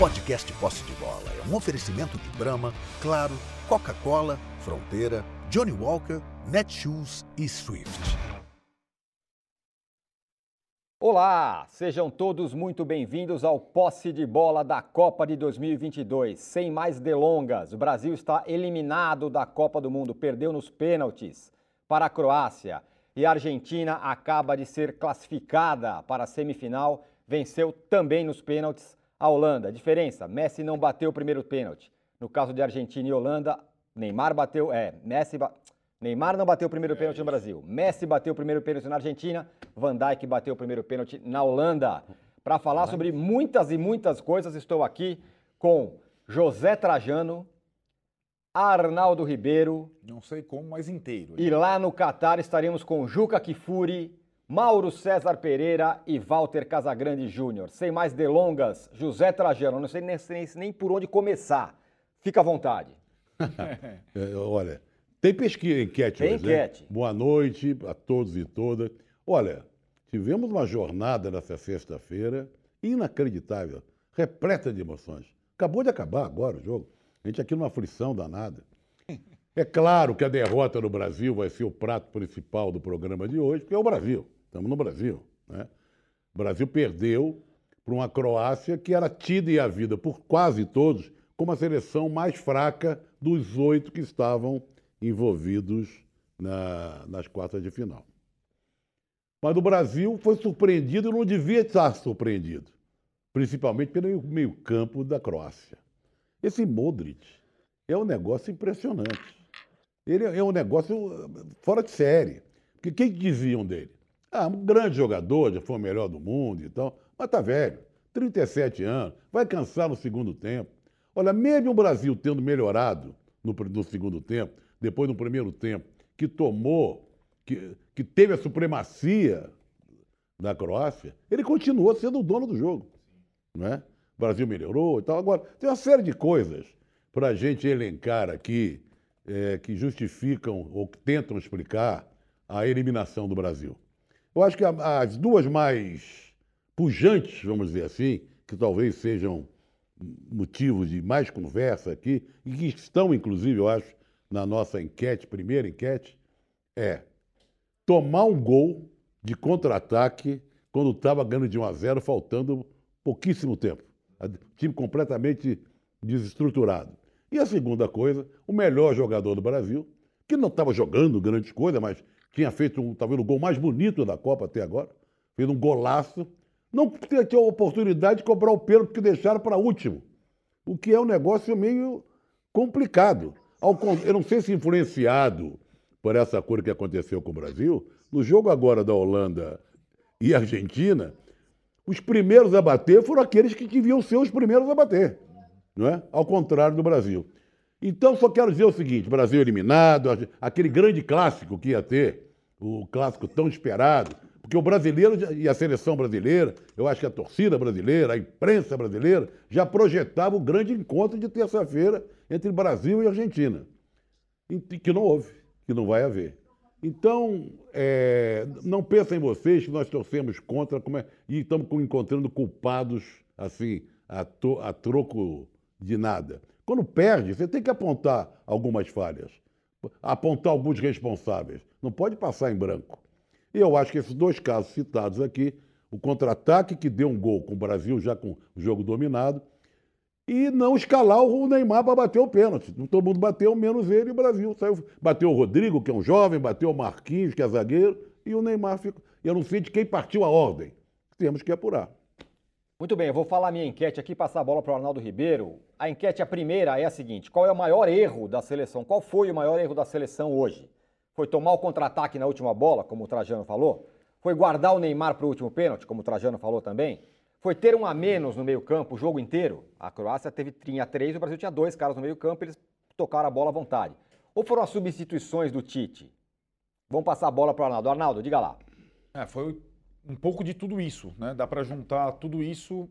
podcast Posse de Bola é um oferecimento de Brahma, Claro, Coca-Cola, Fronteira, Johnny Walker, Netshoes e Swift. Olá, sejam todos muito bem-vindos ao Posse de Bola da Copa de 2022. Sem mais delongas, o Brasil está eliminado da Copa do Mundo, perdeu nos pênaltis para a Croácia e a Argentina acaba de ser classificada para a semifinal, venceu também nos pênaltis a Holanda. A diferença, Messi não bateu o primeiro pênalti. No caso de Argentina e Holanda, Neymar não bateu o primeiro pênalti no Brasil. Messi bateu o primeiro pênalti na Argentina, Van Dijk bateu o primeiro pênalti na Holanda. Para falar sobre muitas e muitas coisas, estou aqui com José Trajano, Arnaldo Ribeiro. Não sei como, mas inteiro. E lá no Catar estaremos com Juca Kfouri, Mauro César Pereira e Walter Casagrande Júnior. Sem mais delongas, José Trajano, não sei nem por onde começar. Fica à vontade. Olha, tem pesquisa, enquete Tem hoje, enquete. né? Boa noite a todos e todas. Olha, tivemos uma jornada nessa sexta-feira inacreditável, repleta de emoções. Acabou de acabar agora o jogo. A gente aqui numa aflição danada. É claro que a derrota no Brasil vai ser o prato principal do programa de hoje, porque é o Brasil. Estamos no Brasil, né? O Brasil perdeu para uma Croácia que era tida e havida por quase todos como a seleção mais fraca dos 8 que estavam envolvidos nas quartas de final. Mas o Brasil foi surpreendido e não devia estar surpreendido, principalmente pelo meio-campo da Croácia. Esse Modric é um negócio impressionante. Ele é um negócio fora de série. Porque quem diziam dele? Ah, um grande jogador, já foi o melhor do mundo e tal, mas tá velho, 37 anos, vai cansar no segundo tempo. Olha, mesmo o Brasil tendo melhorado no segundo tempo, depois no primeiro tempo, que teve a supremacia da Croácia, ele continuou sendo o dono do jogo, não é? O Brasil melhorou e tal. Agora, tem uma série de coisas para a gente elencar aqui que justificam ou que tentam explicar a eliminação do Brasil. Eu acho que as duas mais pujantes, vamos dizer assim, que talvez sejam motivos de mais conversa aqui, e que estão, inclusive, eu acho, na nossa enquete, primeira enquete, é tomar um gol de contra-ataque quando estava ganhando de 1-0, faltando pouquíssimo tempo. O time completamente desestruturado. E a segunda coisa, o melhor jogador do Brasil, que não estava jogando grandes coisas, mas tinha feito talvez o gol mais bonito da Copa até agora, fez um golaço, não tinha a oportunidade de cobrar o pênalti que deixaram para último, o que é um negócio meio complicado. Eu não sei se influenciado por essa coisa que aconteceu com o Brasil, no jogo agora da Holanda e Argentina, os primeiros a bater foram aqueles que deviam ser os primeiros a bater, não é? Ao contrário do Brasil. Então, só quero dizer o seguinte, Brasil eliminado, aquele grande clássico que ia ter, o clássico tão esperado, porque o brasileiro e a seleção brasileira, eu acho que a torcida brasileira, a imprensa brasileira, já projetava o grande encontro de terça-feira entre Brasil e Argentina, que não houve, que não vai haver. Então, não pensem vocês que nós torcemos contra e estamos encontrando culpados assim, a troco de nada. Quando perde, você tem que apontar algumas falhas, apontar alguns responsáveis. Não pode passar em branco. E eu acho que esses dois casos citados aqui, o contra-ataque que deu um gol com o Brasil já com o jogo dominado, e não escalar o Neymar para bater o pênalti. Todo mundo bateu, menos ele, e o Brasil bateu o Rodrigo, que é um jovem, bateu o Marquinhos, que é zagueiro, e o Neymar ficou. Eu não sei de quem partiu a ordem. Temos que apurar. Muito bem, eu vou falar a minha enquete aqui, passar a bola para o Arnaldo Ribeiro. A enquete, a primeira, é a seguinte: qual é o maior erro da seleção? Qual foi o maior erro da seleção hoje? Foi tomar o contra-ataque na última bola, como o Trajano falou? Foi guardar o Neymar para o último pênalti, como o Trajano falou também? Foi ter um a menos no meio-campo o jogo inteiro? A Croácia tinha 3, o Brasil tinha 2 caras no meio-campo, eles tocaram a bola à vontade. Ou foram as substituições do Tite? Vamos passar a bola para o Arnaldo. Arnaldo, diga lá. Foi um pouco de tudo isso, né? Dá para juntar tudo isso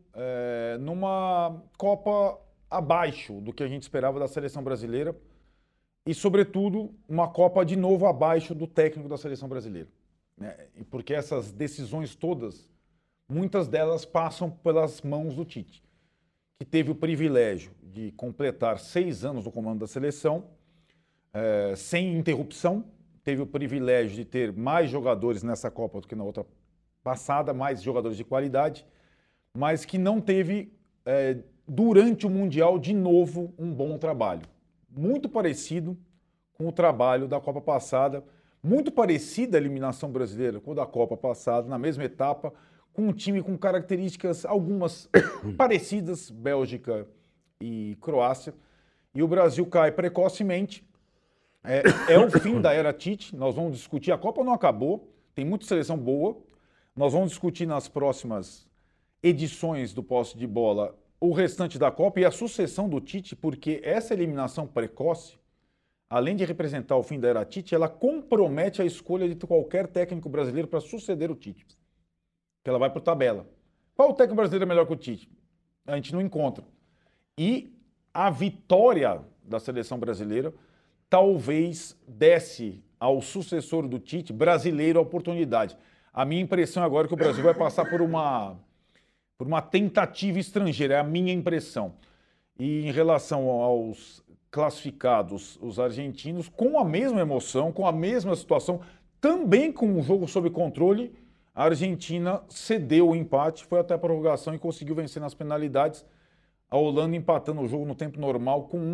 numa Copa abaixo do que a gente esperava da seleção brasileira e, sobretudo, uma Copa de novo abaixo do técnico da seleção brasileira, né? Porque essas decisões todas, muitas delas passam pelas mãos do Tite. que teve o privilégio de completar 6 anos no comando da seleção, sem interrupção, teve o privilégio de ter mais jogadores nessa Copa do que na outra passada, mais jogadores de qualidade, mas que não teve, durante o Mundial, de novo, um bom trabalho. Muito parecido com o trabalho da Copa passada, muito parecida a eliminação brasileira com a da Copa passada, na mesma etapa, com um time com características algumas parecidas, Bélgica e Croácia, e o Brasil cai precocemente. É o fim da era Tite, nós vamos discutir, a Copa não acabou, tem muita seleção boa, nós vamos discutir nas próximas edições do Posse de Bola o restante da Copa e a sucessão do Tite, porque essa eliminação precoce, além de representar o fim da era Tite, ela compromete a escolha de qualquer técnico brasileiro para suceder o Tite. Que ela vai por tabela. Qual técnico brasileiro é melhor que o Tite? A gente não encontra. E a vitória da seleção brasileira talvez desse ao sucessor do Tite brasileiro a oportunidade. A minha impressão agora é que o Brasil vai passar por uma tentativa estrangeira, é a minha impressão. E em relação aos classificados, os argentinos, com a mesma emoção, com a mesma situação, também com um jogo sob controle, a Argentina cedeu o empate, foi até a prorrogação e conseguiu vencer nas penalidades. A Holanda empatando o jogo no tempo normal com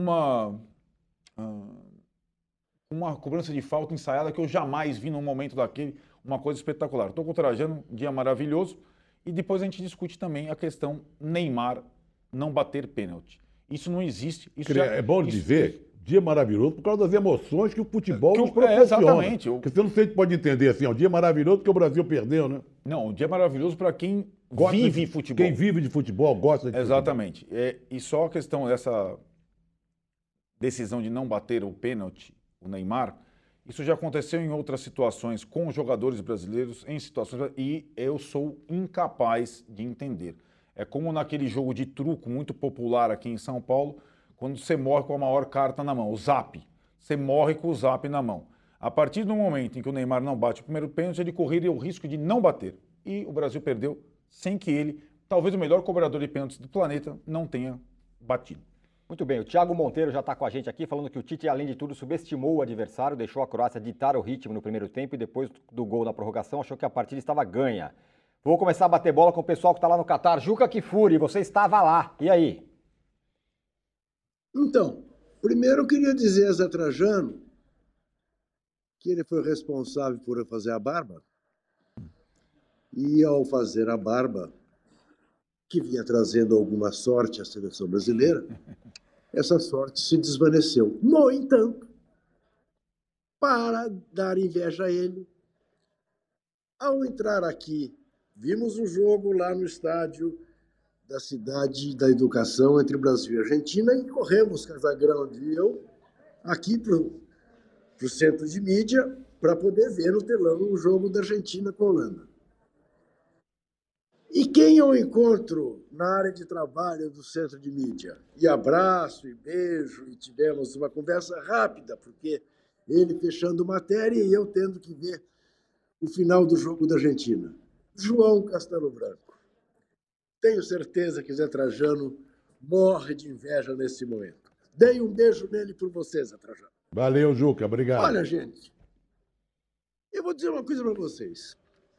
uma cobrança de falta ensaiada que eu jamais vi num momento daquele, uma coisa espetacular. Estou com o Trajano, um dia maravilhoso. E depois a gente discute também a questão Neymar não bater pênalti. Isso não existe. É bom dizer, dia maravilhoso por causa das emoções que o futebol nos proporciona. Exatamente. Porque você não sei se pode entender assim, é um dia maravilhoso porque o Brasil perdeu, né? Não, um dia maravilhoso para quem vive futebol. Quem vive de futebol, gosta de Exatamente. E só a questão dessa decisão de não bater o pênalti, o Neymar, isso já aconteceu em outras situações com jogadores brasileiros, em situações, e eu sou incapaz de entender. É como naquele jogo de truco muito popular aqui em São Paulo, quando você morre com a maior carta na mão, o Zap. Você morre com o Zap na mão. A partir do momento em que o Neymar não bate o primeiro pênalti, ele correria o risco de não bater. E o Brasil perdeu sem que ele, talvez o melhor cobrador de pênaltis do planeta, não tenha batido. Muito bem, o Thiago Monteiro já está com a gente aqui, falando que o Tite, além de tudo, subestimou o adversário, deixou a Croácia ditar o ritmo no primeiro tempo e depois do gol na prorrogação achou que a partida estava ganha. Vou começar a bater bola com o pessoal que está lá no Catar. Juca Kfouri, você estava lá, e aí? Então, primeiro eu queria dizer a Zé Trajano que ele foi responsável por fazer a barba e, ao fazer a barba, que vinha trazendo alguma sorte à seleção brasileira, essa sorte se desvaneceu. No entanto, para dar inveja a ele, ao entrar aqui, vimos o jogo lá no estádio da Cidade da Educação entre Brasil e Argentina e corremos, Casagrande e eu, aqui para o centro de mídia para poder ver no telão o jogo da Argentina com a Holanda. E quem eu encontro na área de trabalho do centro de mídia? E abraço, e beijo, e tivemos uma conversa rápida, porque ele fechando matéria e eu tendo que ver o final do jogo da Argentina. João Castelo Branco. Tenho certeza que Zé Trajano morre de inveja nesse momento. Dei um beijo nele por você, Zé Trajano. Valeu, Juca, obrigado. Olha, gente, eu vou dizer uma coisa para vocês.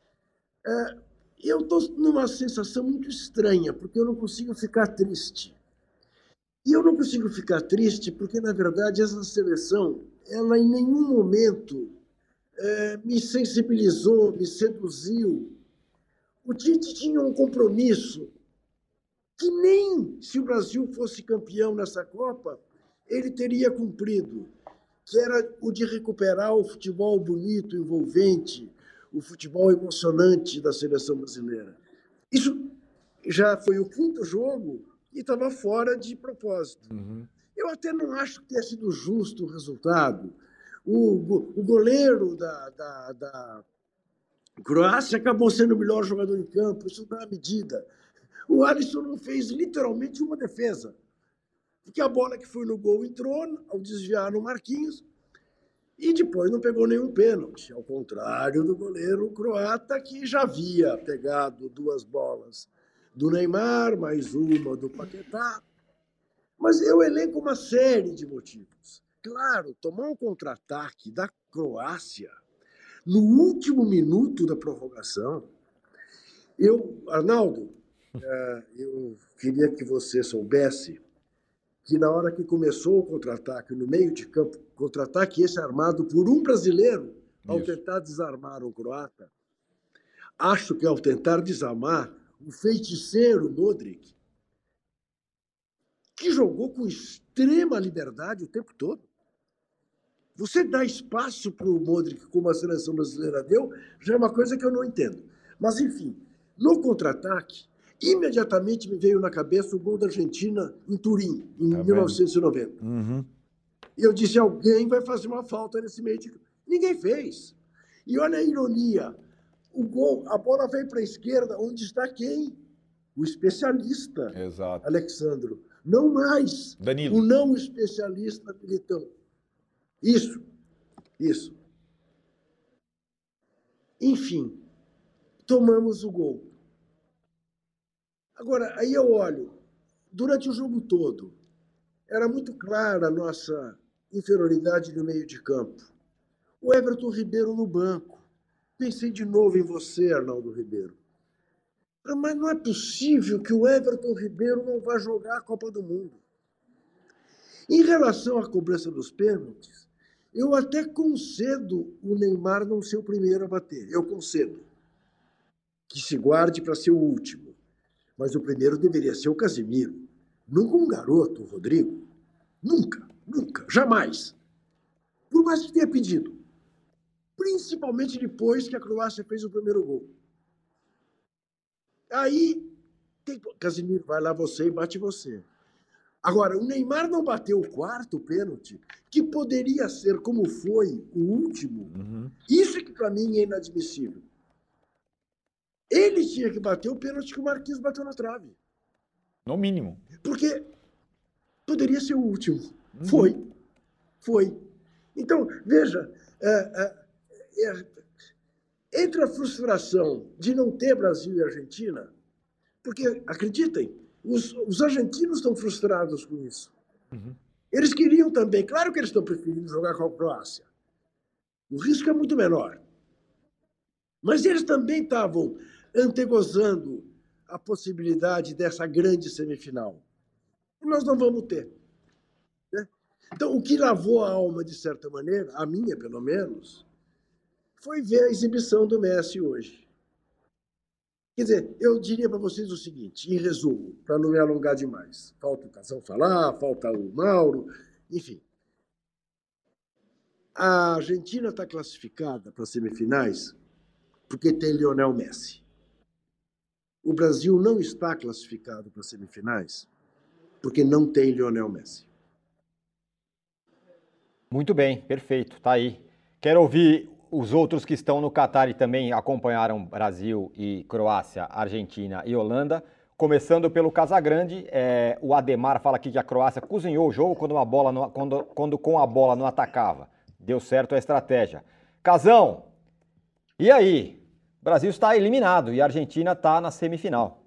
Eu estou numa sensação muito estranha, porque eu não consigo ficar triste. E eu não consigo ficar triste porque, na verdade, essa seleção, ela em nenhum momento me sensibilizou, me seduziu. O Tite tinha um compromisso que nem se o Brasil fosse campeão nessa Copa, ele teria cumprido, que era o de recuperar o futebol bonito, envolvente, o futebol emocionante da seleção brasileira. Isso já foi o quinto jogo e estava fora de propósito. Uhum. Eu até não acho que tenha sido justo o resultado. O goleiro da Croácia acabou sendo o melhor jogador em campo, isso dá uma medida. O Alisson não fez literalmente uma defesa, porque a bola que foi no gol entrou, ao desviar no Marquinhos, e depois não pegou nenhum pênalti, ao contrário do goleiro croata, que já havia pegado 2 bolas do Neymar, mais uma do Paquetá. Mas eu elenco uma série de motivos. Claro, tomar um contra-ataque da Croácia no último minuto da prorrogação. Arnaldo, eu queria que você soubesse que na hora que começou o contra-ataque, no meio de campo, contra-ataque esse armado por um brasileiro, ao tentar desarmar o croata, acho que ao tentar desarmar o feiticeiro Modric, que jogou com extrema liberdade o tempo todo. Você dá espaço para o Modric, como a seleção brasileira deu, já é uma coisa que eu não entendo. Mas, enfim, no contra-ataque, imediatamente me veio na cabeça o gol da Argentina em Turim, em 1990. Uhum. E eu disse, alguém vai fazer uma falta nesse meio de campo. Ninguém fez. E olha a ironia. O gol, a bola veio para a esquerda, onde está quem? O especialista, Exato. Alexandro. Não mais Danilo. o não especialista Militão. Isso. Enfim, tomamos o gol. Agora, aí eu olho, durante o jogo todo, era muito clara a nossa inferioridade no meio de campo. O Everton Ribeiro no banco. Pensei de novo em você, Arnaldo Ribeiro. Mas não é possível que o Everton Ribeiro não vá jogar a Copa do Mundo. Em relação à cobrança dos pênaltis, eu até concedo o Neymar não ser o primeiro a bater. Eu concedo. Que se guarde para ser o último. Mas o primeiro deveria ser o Casemiro. Nunca um garoto, o Rodrigo. Nunca, jamais. Por mais que tenha pedido. Principalmente depois que a Croácia fez o primeiro gol. Aí, Casemiro, vai lá você e bate você. Agora, o Neymar não bateu o quarto pênalti, que poderia ser, como foi, o último. Uhum. Isso que, para mim, é inadmissível. Ele tinha que bater o pênalti que o Marquinhos bateu na trave. No mínimo. Porque poderia ser o último. Foi. Então, veja, entre a frustração de não ter Brasil e Argentina, porque, acreditem, os argentinos estão frustrados com isso. Uhum. Eles queriam também, claro que eles estão preferindo jogar com a Croácia. O risco é muito menor. Mas eles também estavam antegozando a possibilidade dessa grande semifinal. E nós não vamos ter. Né? Então, o que lavou a alma, de certa maneira, a minha pelo menos, foi ver a exibição do Messi hoje. Quer dizer, eu diria para vocês o seguinte, em resumo, para não me alongar demais. Falta o Casão falar, falta o Mauro, enfim. A Argentina está classificada para as semifinais porque tem Lionel Messi. O Brasil não está classificado para as semifinais porque não tem Lionel Messi. Muito bem, perfeito, tá aí. Quero ouvir os outros que estão no Catar e também acompanharam Brasil e Croácia, Argentina e Holanda. Começando pelo Casagrande, o Ademar fala aqui que a Croácia cozinhou o jogo quando com a bola não atacava. Deu certo a estratégia. Casão, e aí? O Brasil está eliminado e a Argentina está na semifinal.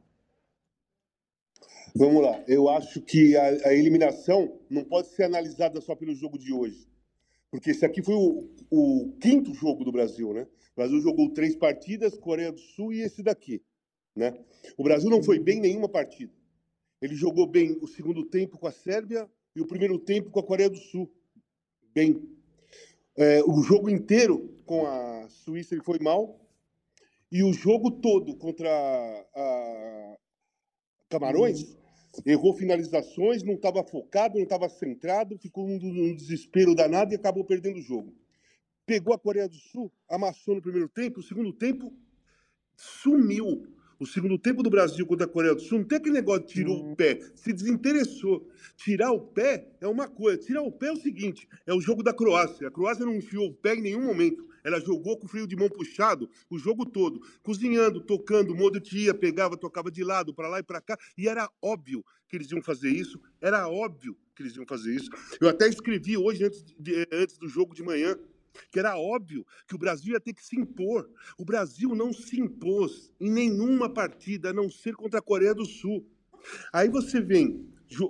Vamos lá. Eu acho que a eliminação não pode ser analisada só pelo jogo de hoje. Porque esse aqui foi o quinto jogo do Brasil, né? O Brasil jogou 3 partidas, Coreia do Sul e esse daqui, né? O Brasil não foi bem em nenhuma partida. Ele jogou bem o segundo tempo com a Sérvia e o primeiro tempo com a Coreia do Sul. Bem. O jogo inteiro com a Suíça ele foi mal. E o jogo todo contra a Camarões, errou finalizações, não estava focado, não estava centrado, ficou num desespero danado e acabou perdendo o jogo. Pegou a Coreia do Sul, amassou no primeiro tempo, o segundo tempo sumiu. O segundo tempo do Brasil contra a Coreia do Sul, não tem aquele negócio de tirou o pé, se desinteressou. Tirar o pé é uma coisa, tirar o pé é o seguinte, é o jogo da Croácia. A Croácia não enfiou o pé em nenhum momento. Ela jogou com o freio de mão puxado o jogo todo, cozinhando, tocando, o Modric ia, pegava, tocava de lado, para lá e para cá, e era óbvio que eles iam fazer isso, Eu até escrevi hoje, antes do jogo de manhã, que era óbvio que o Brasil ia ter que se impor. O Brasil não se impôs em nenhuma partida, a não ser contra a Coreia do Sul. Aí você vem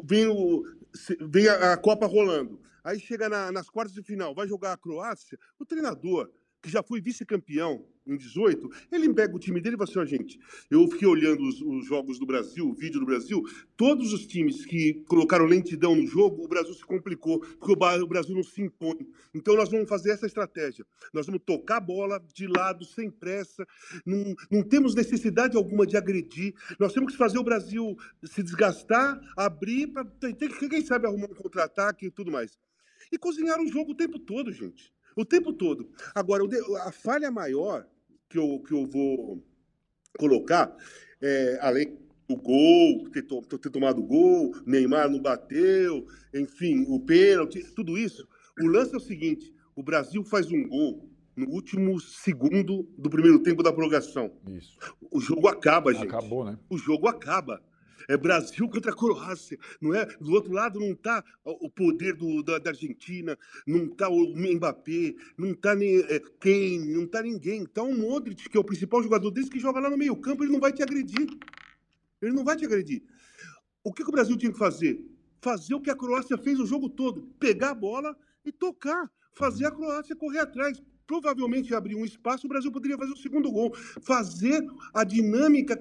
a Copa rolando, aí chega nas quartas de final, vai jogar a Croácia, o treinador, que já foi vice-campeão em 18, ele pega o time dele e fala assim, ó, gente, eu fiquei olhando os jogos do Brasil, o vídeo do Brasil, todos os times que colocaram lentidão no jogo, o Brasil se complicou, porque o Brasil não se impõe. Então nós vamos fazer essa estratégia. Nós vamos tocar a bola de lado, sem pressa, não temos necessidade alguma de agredir, nós temos que fazer o Brasil se desgastar, abrir, para quem sabe arrumar um contra-ataque e tudo mais. E cozinhar o jogo o tempo todo, gente. O tempo todo. Agora, a falha maior que eu vou colocar, além do gol, ter tomado o gol, Neymar não bateu, enfim, o pênalti, tudo isso, o lance é o seguinte, o Brasil faz um gol no último segundo do primeiro tempo da prorrogação. Isso. O jogo acaba, gente. Acabou, né? O jogo acaba. É Brasil contra a Croácia, não é? Do outro lado não está o poder da Argentina, não está o Mbappé, não está nem Kane, não está ninguém. Está o Modric, que é o principal jogador deles, que joga lá no meio campo, ele não vai te agredir. Ele não vai te agredir. O que o Brasil tinha que fazer? Fazer o que a Croácia fez o jogo todo, pegar a bola e tocar, fazer a Croácia correr atrás. Provavelmente abrir um espaço, o Brasil poderia fazer o segundo gol. Fazer a dinâmica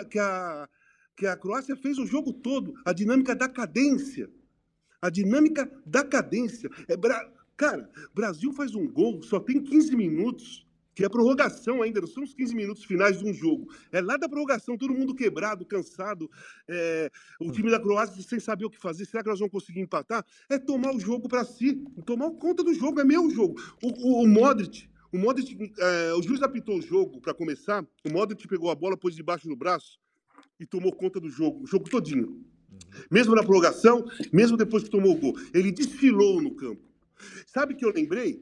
que a Croácia fez o jogo todo, a dinâmica da cadência. A dinâmica da cadência. Cara, Brasil faz um gol, só tem 15 minutos, que é a prorrogação ainda, não são os 15 minutos finais de um jogo. É lá da prorrogação, todo mundo quebrado, cansado, o time da Croácia sem saber o que fazer, será que nós vamos conseguir empatar? É tomar o jogo para si, tomar conta do jogo, é meu jogo. O Modric, o juiz apitou o jogo para começar, o Modric pegou a bola, pôs debaixo do braço, e tomou conta do jogo, o jogo todinho. Mesmo na prorrogação, mesmo depois que tomou o gol. Ele desfilou no campo. Sabe o que eu lembrei?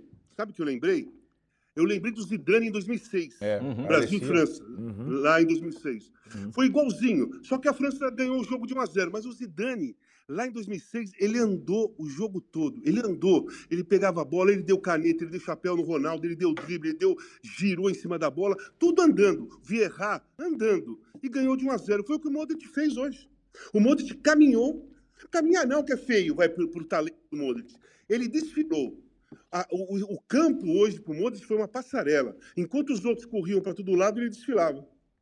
Eu lembrei do Zidane em 2006. Brasil e França, lá em 2006. Foi igualzinho, só que a França ganhou o jogo de 1-0. Mas o Zidane, lá em 2006, ele andou o jogo todo. Ele andou, ele pegava a bola, ele deu caneta, ele deu chapéu no Ronaldo, ele deu drible, ele girou em cima da bola, tudo andando. Vieira andando. E ganhou de 1-0. Foi o que o Modric fez hoje. O Modric caminhou. Caminhar não, que é feio, vai pro talento do Modric. Ele desfilou. O campo hoje pro Modric foi uma passarela. Enquanto os outros corriam para todo lado, ele desfilava.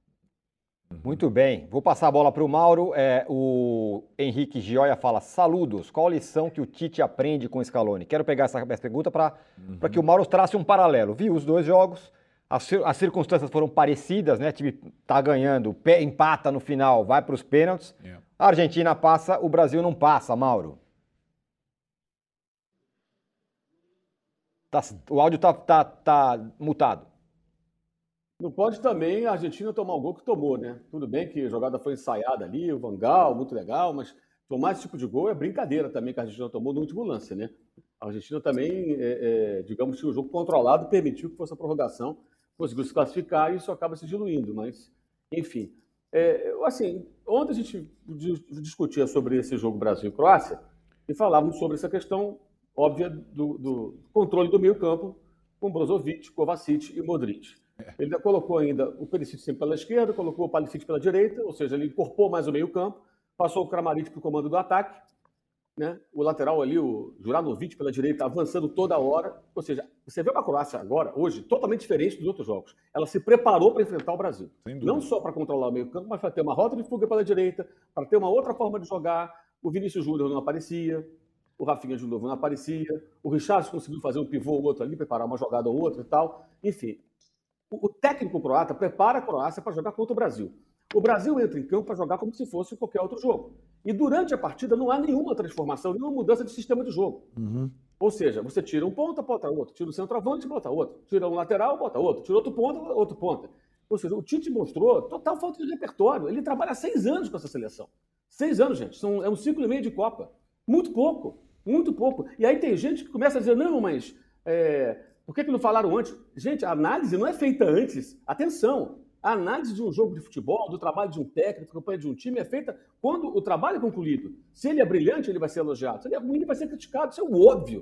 Muito bem. Vou passar a bola para o Mauro. O Henrique Gioia fala, saludos. Qual a lição que o Tite aprende com o Scaloni? Quero pegar essa pergunta para que o Mauro trace um paralelo. Viu os dois jogos. As circunstâncias foram parecidas, né? O time tá ganhando, empata no final, vai para os pênaltis. A Argentina passa, o Brasil não passa, Mauro. O áudio tá mutado. Não pode também a Argentina tomar o gol que tomou, né? Tudo bem que a jogada foi ensaiada ali, o Van Gaal, muito legal, mas tomar esse tipo de gol é brincadeira também que a Argentina tomou no último lance, né? A Argentina também, digamos que o jogo controlado permitiu que fosse a prorrogação, conseguiu se classificar e isso acaba se diluindo, mas, enfim. Assim, ontem a gente discutia sobre esse jogo Brasil e Croácia e falávamos sobre essa questão óbvia do controle do meio-campo com Brozovic, Kovacic e Modric. Ele colocou ainda o Perisic sempre pela esquerda, colocou o Pulisic pela direita, ou seja, ele incorporou mais o meio-campo, passou o Kramaric para o comando do ataque, né? O lateral ali, o Juranovic pela direita, avançando toda hora. Ou seja, você vê uma Croácia agora, hoje, totalmente diferente dos outros jogos. Ela se preparou para enfrentar o Brasil. Não só para controlar o meio-campo, mas para ter uma rota de fuga pela direita, para ter uma outra forma de jogar. O Vinícius Júnior não aparecia, o Rafinha de novo não aparecia, o Richarlison conseguiu fazer um pivô ou outro ali, preparar uma jogada ou outra e tal. Enfim, o técnico croata prepara a Croácia para jogar contra o Brasil. O Brasil entra em campo para jogar como se fosse qualquer outro jogo. E durante a partida não há nenhuma transformação, nenhuma mudança de sistema de jogo. Ou seja, você tira um ponta, bota outro. Tira o centroavante, bota outro. Tira um lateral, bota outro. Tira outro ponta. Ou seja, o Tite mostrou total falta de repertório. Ele trabalha há 6 anos com essa seleção. 6 anos, gente. É um ciclo e meio de Copa. Muito pouco. Muito pouco. E aí tem gente que começa a dizer, não, mas por que não falaram antes? Gente, a análise não é feita antes. Atenção. A análise de um jogo de futebol, do trabalho de um técnico, da campanha de um time, é feita quando o trabalho é concluído. Se ele é brilhante, ele vai ser elogiado. Se ele é ruim, ele vai ser criticado. Isso é o óbvio.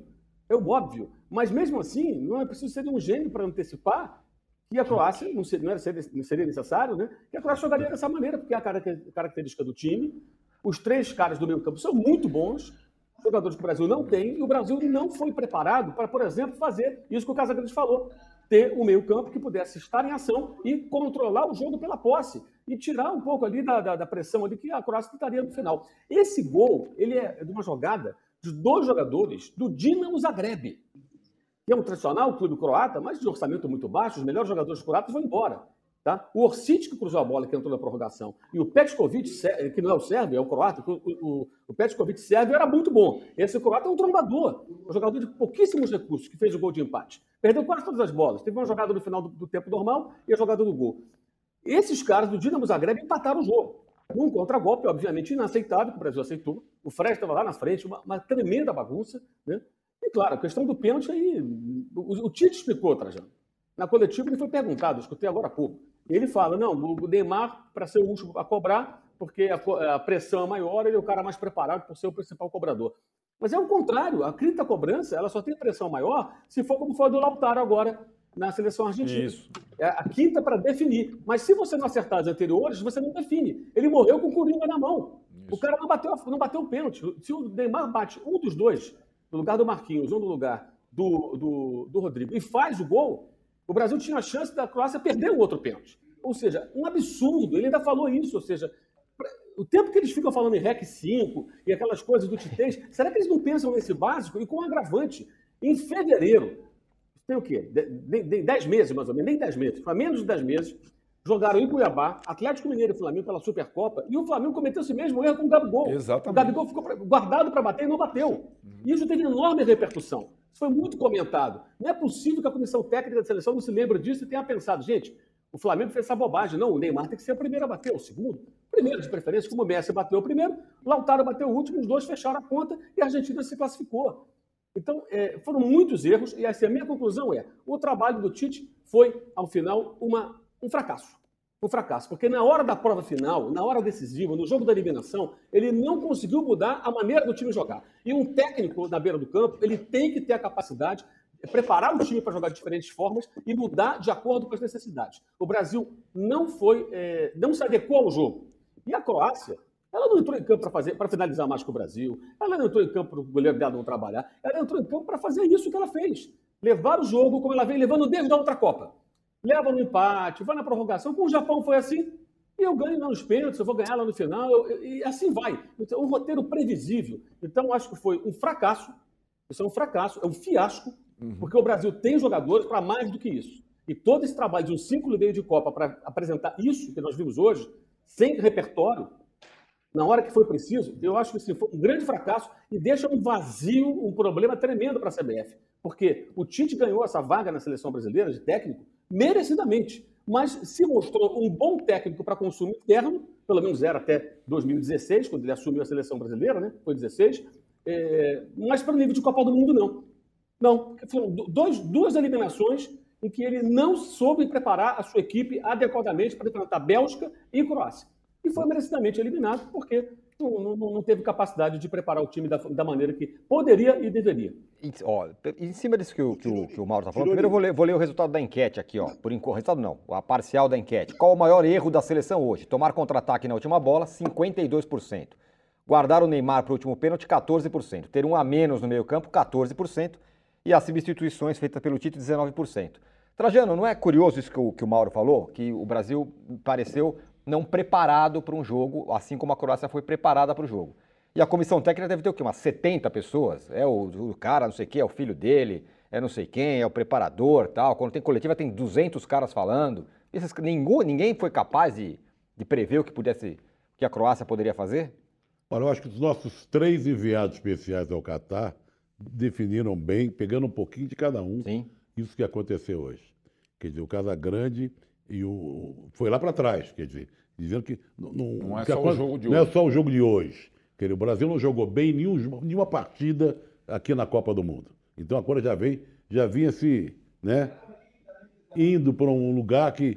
É o óbvio. Mas mesmo assim, não é preciso ser um gênio para antecipar que a Croácia, não seria necessário, né? Que a Croácia jogaria dessa maneira, porque é a característica do time. Os 3 caras do meio campo são muito bons, jogadores que o Brasil não tem, e o Brasil não foi preparado para, por exemplo, fazer isso que o Casagrande falou, ter um meio campo que pudesse estar em ação e controlar o jogo pela posse, e tirar um pouco ali da pressão ali que a Croácia estaria no final. Esse gol, ele é de uma jogada de 2 jogadores do Dinamo Zagreb, que é um tradicional clube croata, mas de orçamento muito baixo, os melhores jogadores croatas vão embora. Tá? O Orsic, que cruzou a bola, que entrou na prorrogação, e o Petkovic, que não é o sérvio, é o croata, o Petkovic sérvio era muito bom. Esse croata é um trombador, um jogador de pouquíssimos recursos, que fez o gol de empate. Perdeu quase todas as bolas. Teve uma jogada no final do tempo normal e a jogada do gol. Esses caras do Dinamo Zagreb empataram o jogo. Num contragolpe, obviamente, inaceitável, que o Brasil aceitou. O Fred estava lá na frente, uma tremenda bagunça, né? E, claro, a questão do pênalti aí, o Tite explicou, Trajano. Na coletiva ele foi perguntado, eu escutei agora há pouco. E ele fala, não, o Neymar, para ser o último a cobrar, porque a pressão é maior, ele é o cara mais preparado por ser o principal cobrador. Mas é o contrário, a quinta cobrança, ela só tem pressão maior se for como foi a do Lautaro agora na seleção argentina. Isso. É a quinta para definir. Mas se você não acertar as anteriores, você não define. Ele morreu com o Coringa na mão. Isso. O cara não bateu o pênalti. Se o Neymar bate um dos 2, no lugar do Marquinhos ou no lugar do Rodrigo, e faz o gol, o Brasil tinha a chance da Croácia perder o outro pênalti. Ou seja, um absurdo. Ele ainda falou isso. Ou seja, o tempo que eles ficam falando em REC 5 e aquelas coisas do Titãs, será que eles não pensam nesse básico? E com um agravante. Em fevereiro, tem o quê? 10 meses, mais ou menos, nem 10 meses, foi menos de 10 meses, jogaram em Cuiabá, Atlético Mineiro e Flamengo pela Supercopa, e o Flamengo cometeu esse mesmo erro com o Gabigol. Exatamente. O Gabigol ficou guardado para bater e não bateu. E isso teve enorme repercussão. Isso foi muito comentado. Não é possível que a comissão técnica da seleção não se lembre disso e tenha pensado, gente, o Flamengo fez essa bobagem. Não, o Neymar tem que ser o primeiro a bater, o segundo. Primeiro, de preferência, como o Messi bateu o primeiro, Lautaro bateu o último, os 2 fecharam a conta e a Argentina se classificou. Então, foram muitos erros, e assim, a minha conclusão é, o trabalho do Tite foi, ao final, um fracasso. Um fracasso, porque na hora da prova final, na hora decisiva, no jogo da eliminação, ele não conseguiu mudar a maneira do time jogar. E um técnico na beira do campo, ele tem que ter a capacidade de preparar o time para jogar de diferentes formas e mudar de acordo com as necessidades. O Brasil não se adequou ao jogo. E a Croácia, ela não entrou em campo para finalizar mais que o Brasil, ela não entrou em campo para o goleiro dela não trabalhar, ela entrou em campo para fazer isso que ela fez. Levar o jogo como ela vem levando desde a outra Copa. Leva no empate, vai na prorrogação, com o Japão foi assim, e eu ganho lá nos pênaltis, eu vou ganhar lá no final, e assim vai. Então, um roteiro previsível. Então, acho que foi um fracasso, isso é um fracasso, é um fiasco, porque o Brasil tem jogadores para mais do que isso. E todo esse trabalho de um ciclo e meio de Copa para apresentar isso que nós vimos hoje, sem repertório, na hora que foi preciso, eu acho que assim, foi um grande fracasso e deixa um vazio, um problema tremendo para a CBF. Porque o Tite ganhou essa vaga na seleção brasileira de técnico merecidamente, mas se mostrou um bom técnico para consumo interno, pelo menos era até 2016, quando ele assumiu a seleção brasileira, né? Foi 16, mas para o nível de Copa do Mundo, não. Não, foram duas eliminações em que ele não soube preparar a sua equipe adequadamente para enfrentar Bélgica e Croácia. E foi merecidamente eliminado porque não teve capacidade de preparar o time da maneira que poderia e deveria. Ó, em cima disso que o Mauro está falando, primeiro eu vou ler o resultado da enquete aqui, ó. Resultado não, a parcial da enquete. Qual o maior erro da seleção hoje? Tomar contra-ataque na última bola, 52%. Guardar o Neymar para o último pênalti, 14%. Ter um a menos no meio-campo, 14%. E as substituições feitas pelo Tite, 19%. Trajano, não é curioso isso que o Mauro falou? Que o Brasil pareceu não preparado para um jogo, assim como a Croácia foi preparada para o jogo. E a comissão técnica deve ter o quê? Umas 70 pessoas? É o cara, não sei o quê, é o filho dele, é não sei quem, é o preparador, tal. Quando tem coletiva tem 200 caras falando. Ninguém foi capaz de prever o que a Croácia poderia fazer? Olha, eu acho que os nossos 3 enviados especiais ao Catar definiram bem, pegando um pouquinho de cada um, Sim. Isso que aconteceu hoje. Quer dizer, o Casagrande foi lá para trás, quer dizer, dizendo que não é só o jogo de hoje. Não é só o jogo de hoje. Quer dizer, o Brasil não jogou bem nenhuma partida aqui na Copa do Mundo. Então a coisa já vinha se, né, indo para um lugar que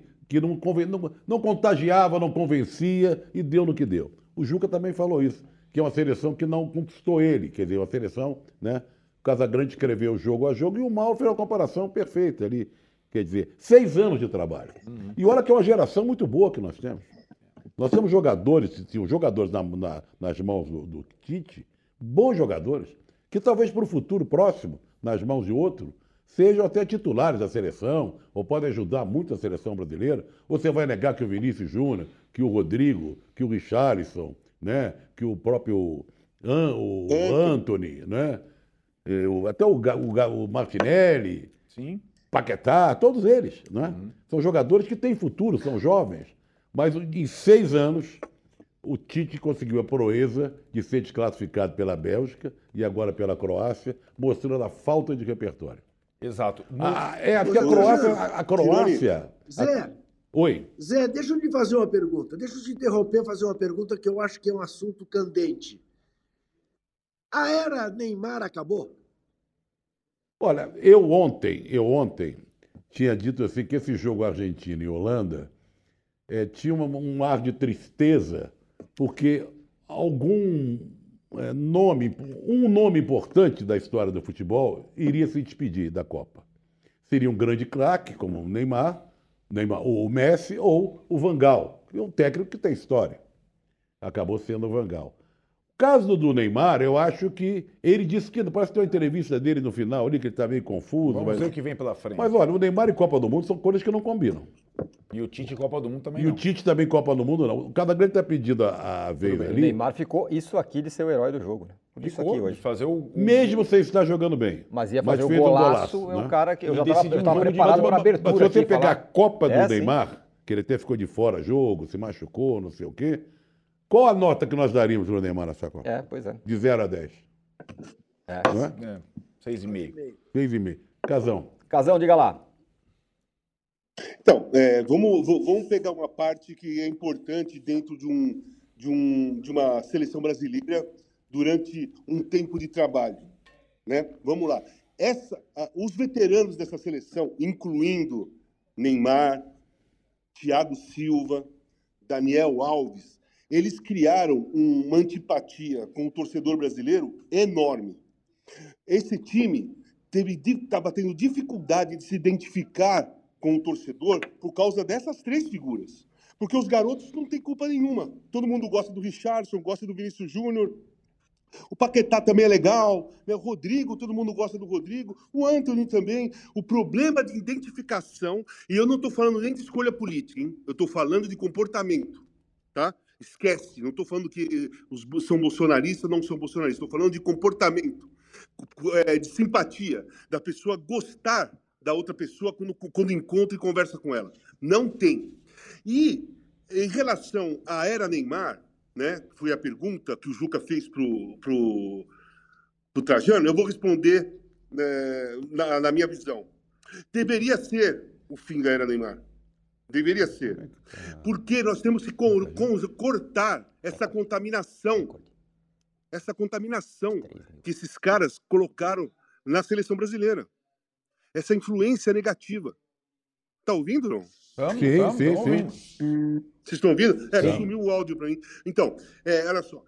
não contagiava, não convencia e deu no que deu. O Juca também falou isso, que é uma seleção que não conquistou ele, quer dizer, uma seleção, né, Casagrande escreveu o jogo a jogo e o Mauro fez uma comparação perfeita ali. Quer dizer, 6 anos de trabalho. E olha que é uma geração muito boa que nós temos. Nós temos jogadores, tinham jogadores nas mãos do Tite, bons jogadores, que talvez para o futuro próximo, nas mãos de outro, sejam até titulares da seleção, ou podem ajudar muito a seleção brasileira. Ou você vai negar que o Vinícius Júnior, que o Rodrigo, que o Richarlison, né, que o próprio Antony, né, até o Martinelli, Sim. Paquetá, todos eles, né? São jogadores que têm futuro, são jovens. Mas em 6 anos, o Tite conseguiu a proeza de ser desclassificado pela Bélgica e agora pela Croácia, mostrando a falta de repertório. Exato. Porque a Croácia... Zé, Oi. Zé, deixa eu lhe fazer uma pergunta. Deixa eu te interromper e fazer uma pergunta que eu acho que é um assunto candente. A era Neymar acabou? Olha, eu ontem tinha dito assim que esse jogo Argentina e Holanda tinha um ar de tristeza, porque um nome importante da história do futebol iria se despedir da Copa. Seria um grande craque, como o Neymar, o Messi ou o Van Gaal, que é um técnico que tem história. Acabou sendo o Van Gaal. O caso do Neymar, eu acho que ele disse que, parece que tem uma entrevista dele no final ali, que ele está meio confuso. Vamos ver o que vem pela frente. Mas olha, o Neymar e Copa do Mundo são coisas que não combinam. E o Tite Copa do Mundo também E não. o Tite também Copa do Mundo não. O Casagrande está pedindo a vez O ali. Neymar ficou isso aqui de ser o herói do jogo, né? Por isso aqui Ficou de hoje. fazer Mesmo sem estar jogando bem. Mas ia fazer o fez um golaço, é um né? cara que eu E já decidiu estava um jogo de preparado para a abertura. Mas se você aqui, pegar a falar. Copa do É, sim. Neymar, que ele até ficou de fora jogo, se machucou, não sei o quê, qual a nota que nós daríamos para o Neymar nessa Copa? Pois é. De 0 a 10. Não é? 6,5. 6,5. Casão. Casão, diga lá. Então, vamos pegar uma parte que é importante dentro de uma seleção brasileira durante um tempo de trabalho, né? Vamos lá. Os veteranos dessa seleção, incluindo Neymar, Thiago Silva, Daniel Alves, eles criaram uma antipatia com o torcedor brasileiro enorme. Esse time estava tendo dificuldade de se identificar com o torcedor por causa dessas 3 figuras. Porque os garotos não têm culpa nenhuma. Todo mundo gosta do Richarlison, gosta do Vinícius Júnior. O Paquetá também é legal. Né? O Rodrigo, todo mundo gosta do Rodrigo. O Antony também. O problema de identificação, e eu não estou falando nem de escolha política, hein? Eu estou falando de comportamento. Tá? Esquece, não estou falando que são bolsonaristas, não são bolsonaristas. Estou falando de comportamento, de simpatia, da pessoa gostar da outra pessoa quando encontra e conversa com ela. Não tem. E, em relação à era Neymar, né, foi a pergunta que o Juca fez pro Trajano, eu vou responder na minha visão. Deveria ser o fim da era Neymar. Deveria ser. Porque nós temos que cortar essa contaminação que esses caras colocaram na seleção brasileira. Essa influência negativa. Tá ouvindo, não? Sim. Vocês estão ouvindo? Sumiu o áudio para mim. Então, olha só,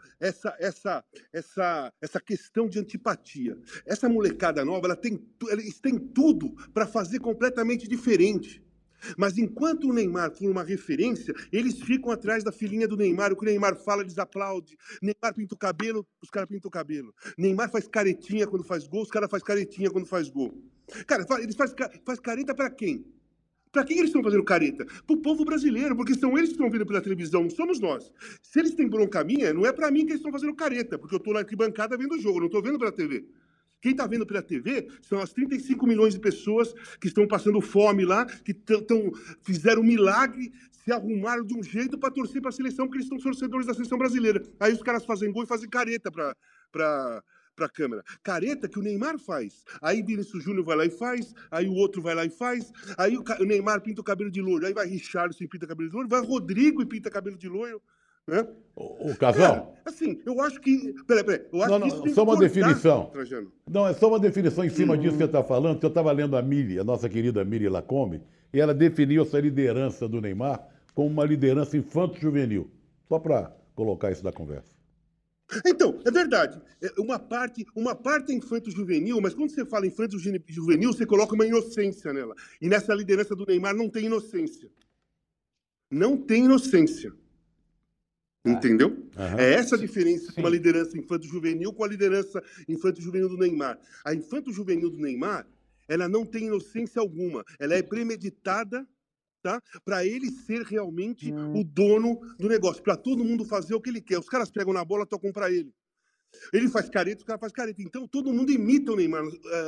essa questão de antipatia. Essa molecada nova, eles têm tudo para fazer completamente diferente. Mas enquanto o Neymar for uma referência, eles ficam atrás da filhinha do Neymar. O que o Neymar fala, eles aplaudem. Neymar pinta o cabelo, os caras pintam o cabelo. Neymar faz caretinha quando faz gol, os caras fazem caretinha quando faz gol. Cara, eles faz careta para quem? Para quem eles estão fazendo careta? Para o povo brasileiro, porque são eles que estão vendo pela televisão, não somos nós. Se eles têm bronca minha, não é para mim que eles estão fazendo careta, porque eu estou na arquibancada vendo o jogo, não estou vendo pela TV. Quem está vendo pela TV são as 35 milhões de pessoas que estão passando fome lá, que fizeram um milagre, se arrumaram de um jeito para torcer para a seleção, porque eles são torcedores da seleção brasileira. Aí os caras fazem gol e fazem careta para a câmera. Careta que o Neymar faz. Aí Vinícius Júnior vai lá e faz, aí o outro vai lá e faz, aí o Neymar pinta o cabelo de loiro, aí vai Richarlison e pinta cabelo de loiro, vai Rodrigo e pinta cabelo de loiro. Né? O Casão? Cara, assim, eu acho que... Peraí. Eu acho que isso tem só uma que cortar, definição. Trajano. Não, é só uma definição em cima disso que você está falando, que eu estava lendo a nossa querida Miri Lacombe, e ela definiu essa liderança do Neymar como uma liderança infanto-juvenil. Só para colocar isso na conversa. Então, é verdade. Uma parte é infanto-juvenil, mas quando você fala infanto-juvenil, você coloca uma inocência nela. E nessa liderança do Neymar não tem inocência. Não tem inocência. Entendeu? Aham. É essa a diferença de Sim. uma liderança infanto-juvenil com a liderança infanto-juvenil do Neymar. A infanto-juvenil do Neymar, ela não tem inocência alguma. Ela é premeditada, tá? Para ele ser realmente o dono do negócio, para todo mundo fazer o que ele quer. Os caras pegam na bola, tocam para ele. Ele faz careta, os caras fazem careta. Então todo mundo imita o Neymar.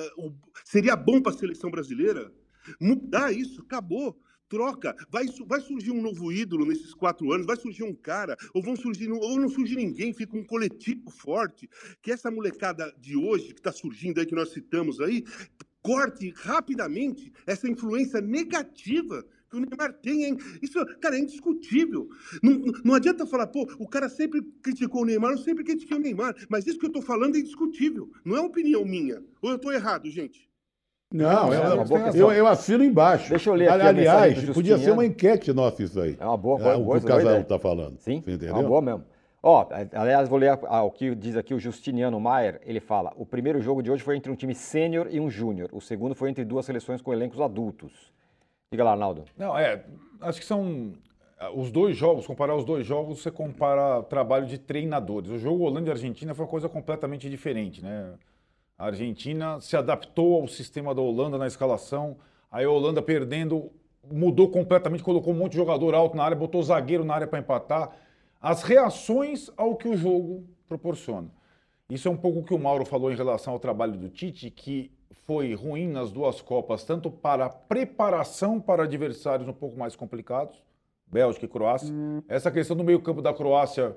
Seria bom para a seleção brasileira mudar isso, acabou. Troca, vai surgir um novo ídolo nesses 4 anos, vai surgir um cara, ou não surge ninguém, fica um coletivo forte, que essa molecada de hoje, que está surgindo aí, que nós citamos aí, corte rapidamente essa influência negativa que o Neymar tem, hein? Isso, cara, é indiscutível. Não adianta falar, pô, o cara sempre criticou o Neymar, eu sempre critiquei o Neymar, mas isso que eu tô falando é indiscutível, não é opinião minha. Ou eu tô errado, gente? Não, É uma boa questão. eu assino embaixo. Deixa eu ler aqui a mensagem Aliás, do podia ser Justiniano. uma enquete nossa isso aí. É uma boa O que boa o casal ideia. está falando. Sim, Você é entendeu? uma boa mesmo. Ó, aliás, vou ler o que diz aqui o Justiniano Maier. Ele fala: o primeiro jogo de hoje foi entre um time sênior e um júnior. O segundo foi entre 2 seleções com elencos adultos. Diga lá, Arnaldo. Não, acho que são os 2 jogos, comparar os 2 jogos, você compara trabalho de treinadores. O jogo Holanda e Argentina foi uma coisa completamente diferente, né? A Argentina se adaptou ao sistema da Holanda na escalação, aí a Holanda perdendo, mudou completamente, colocou um monte de jogador alto na área, botou zagueiro na área para empatar. As reações ao que o jogo proporciona. Isso é um pouco o que o Mauro falou em relação ao trabalho do Tite, que foi ruim nas 2 Copas, tanto para a preparação para adversários um pouco mais complicados, Bélgica e Croácia. Essa questão do meio-campo da Croácia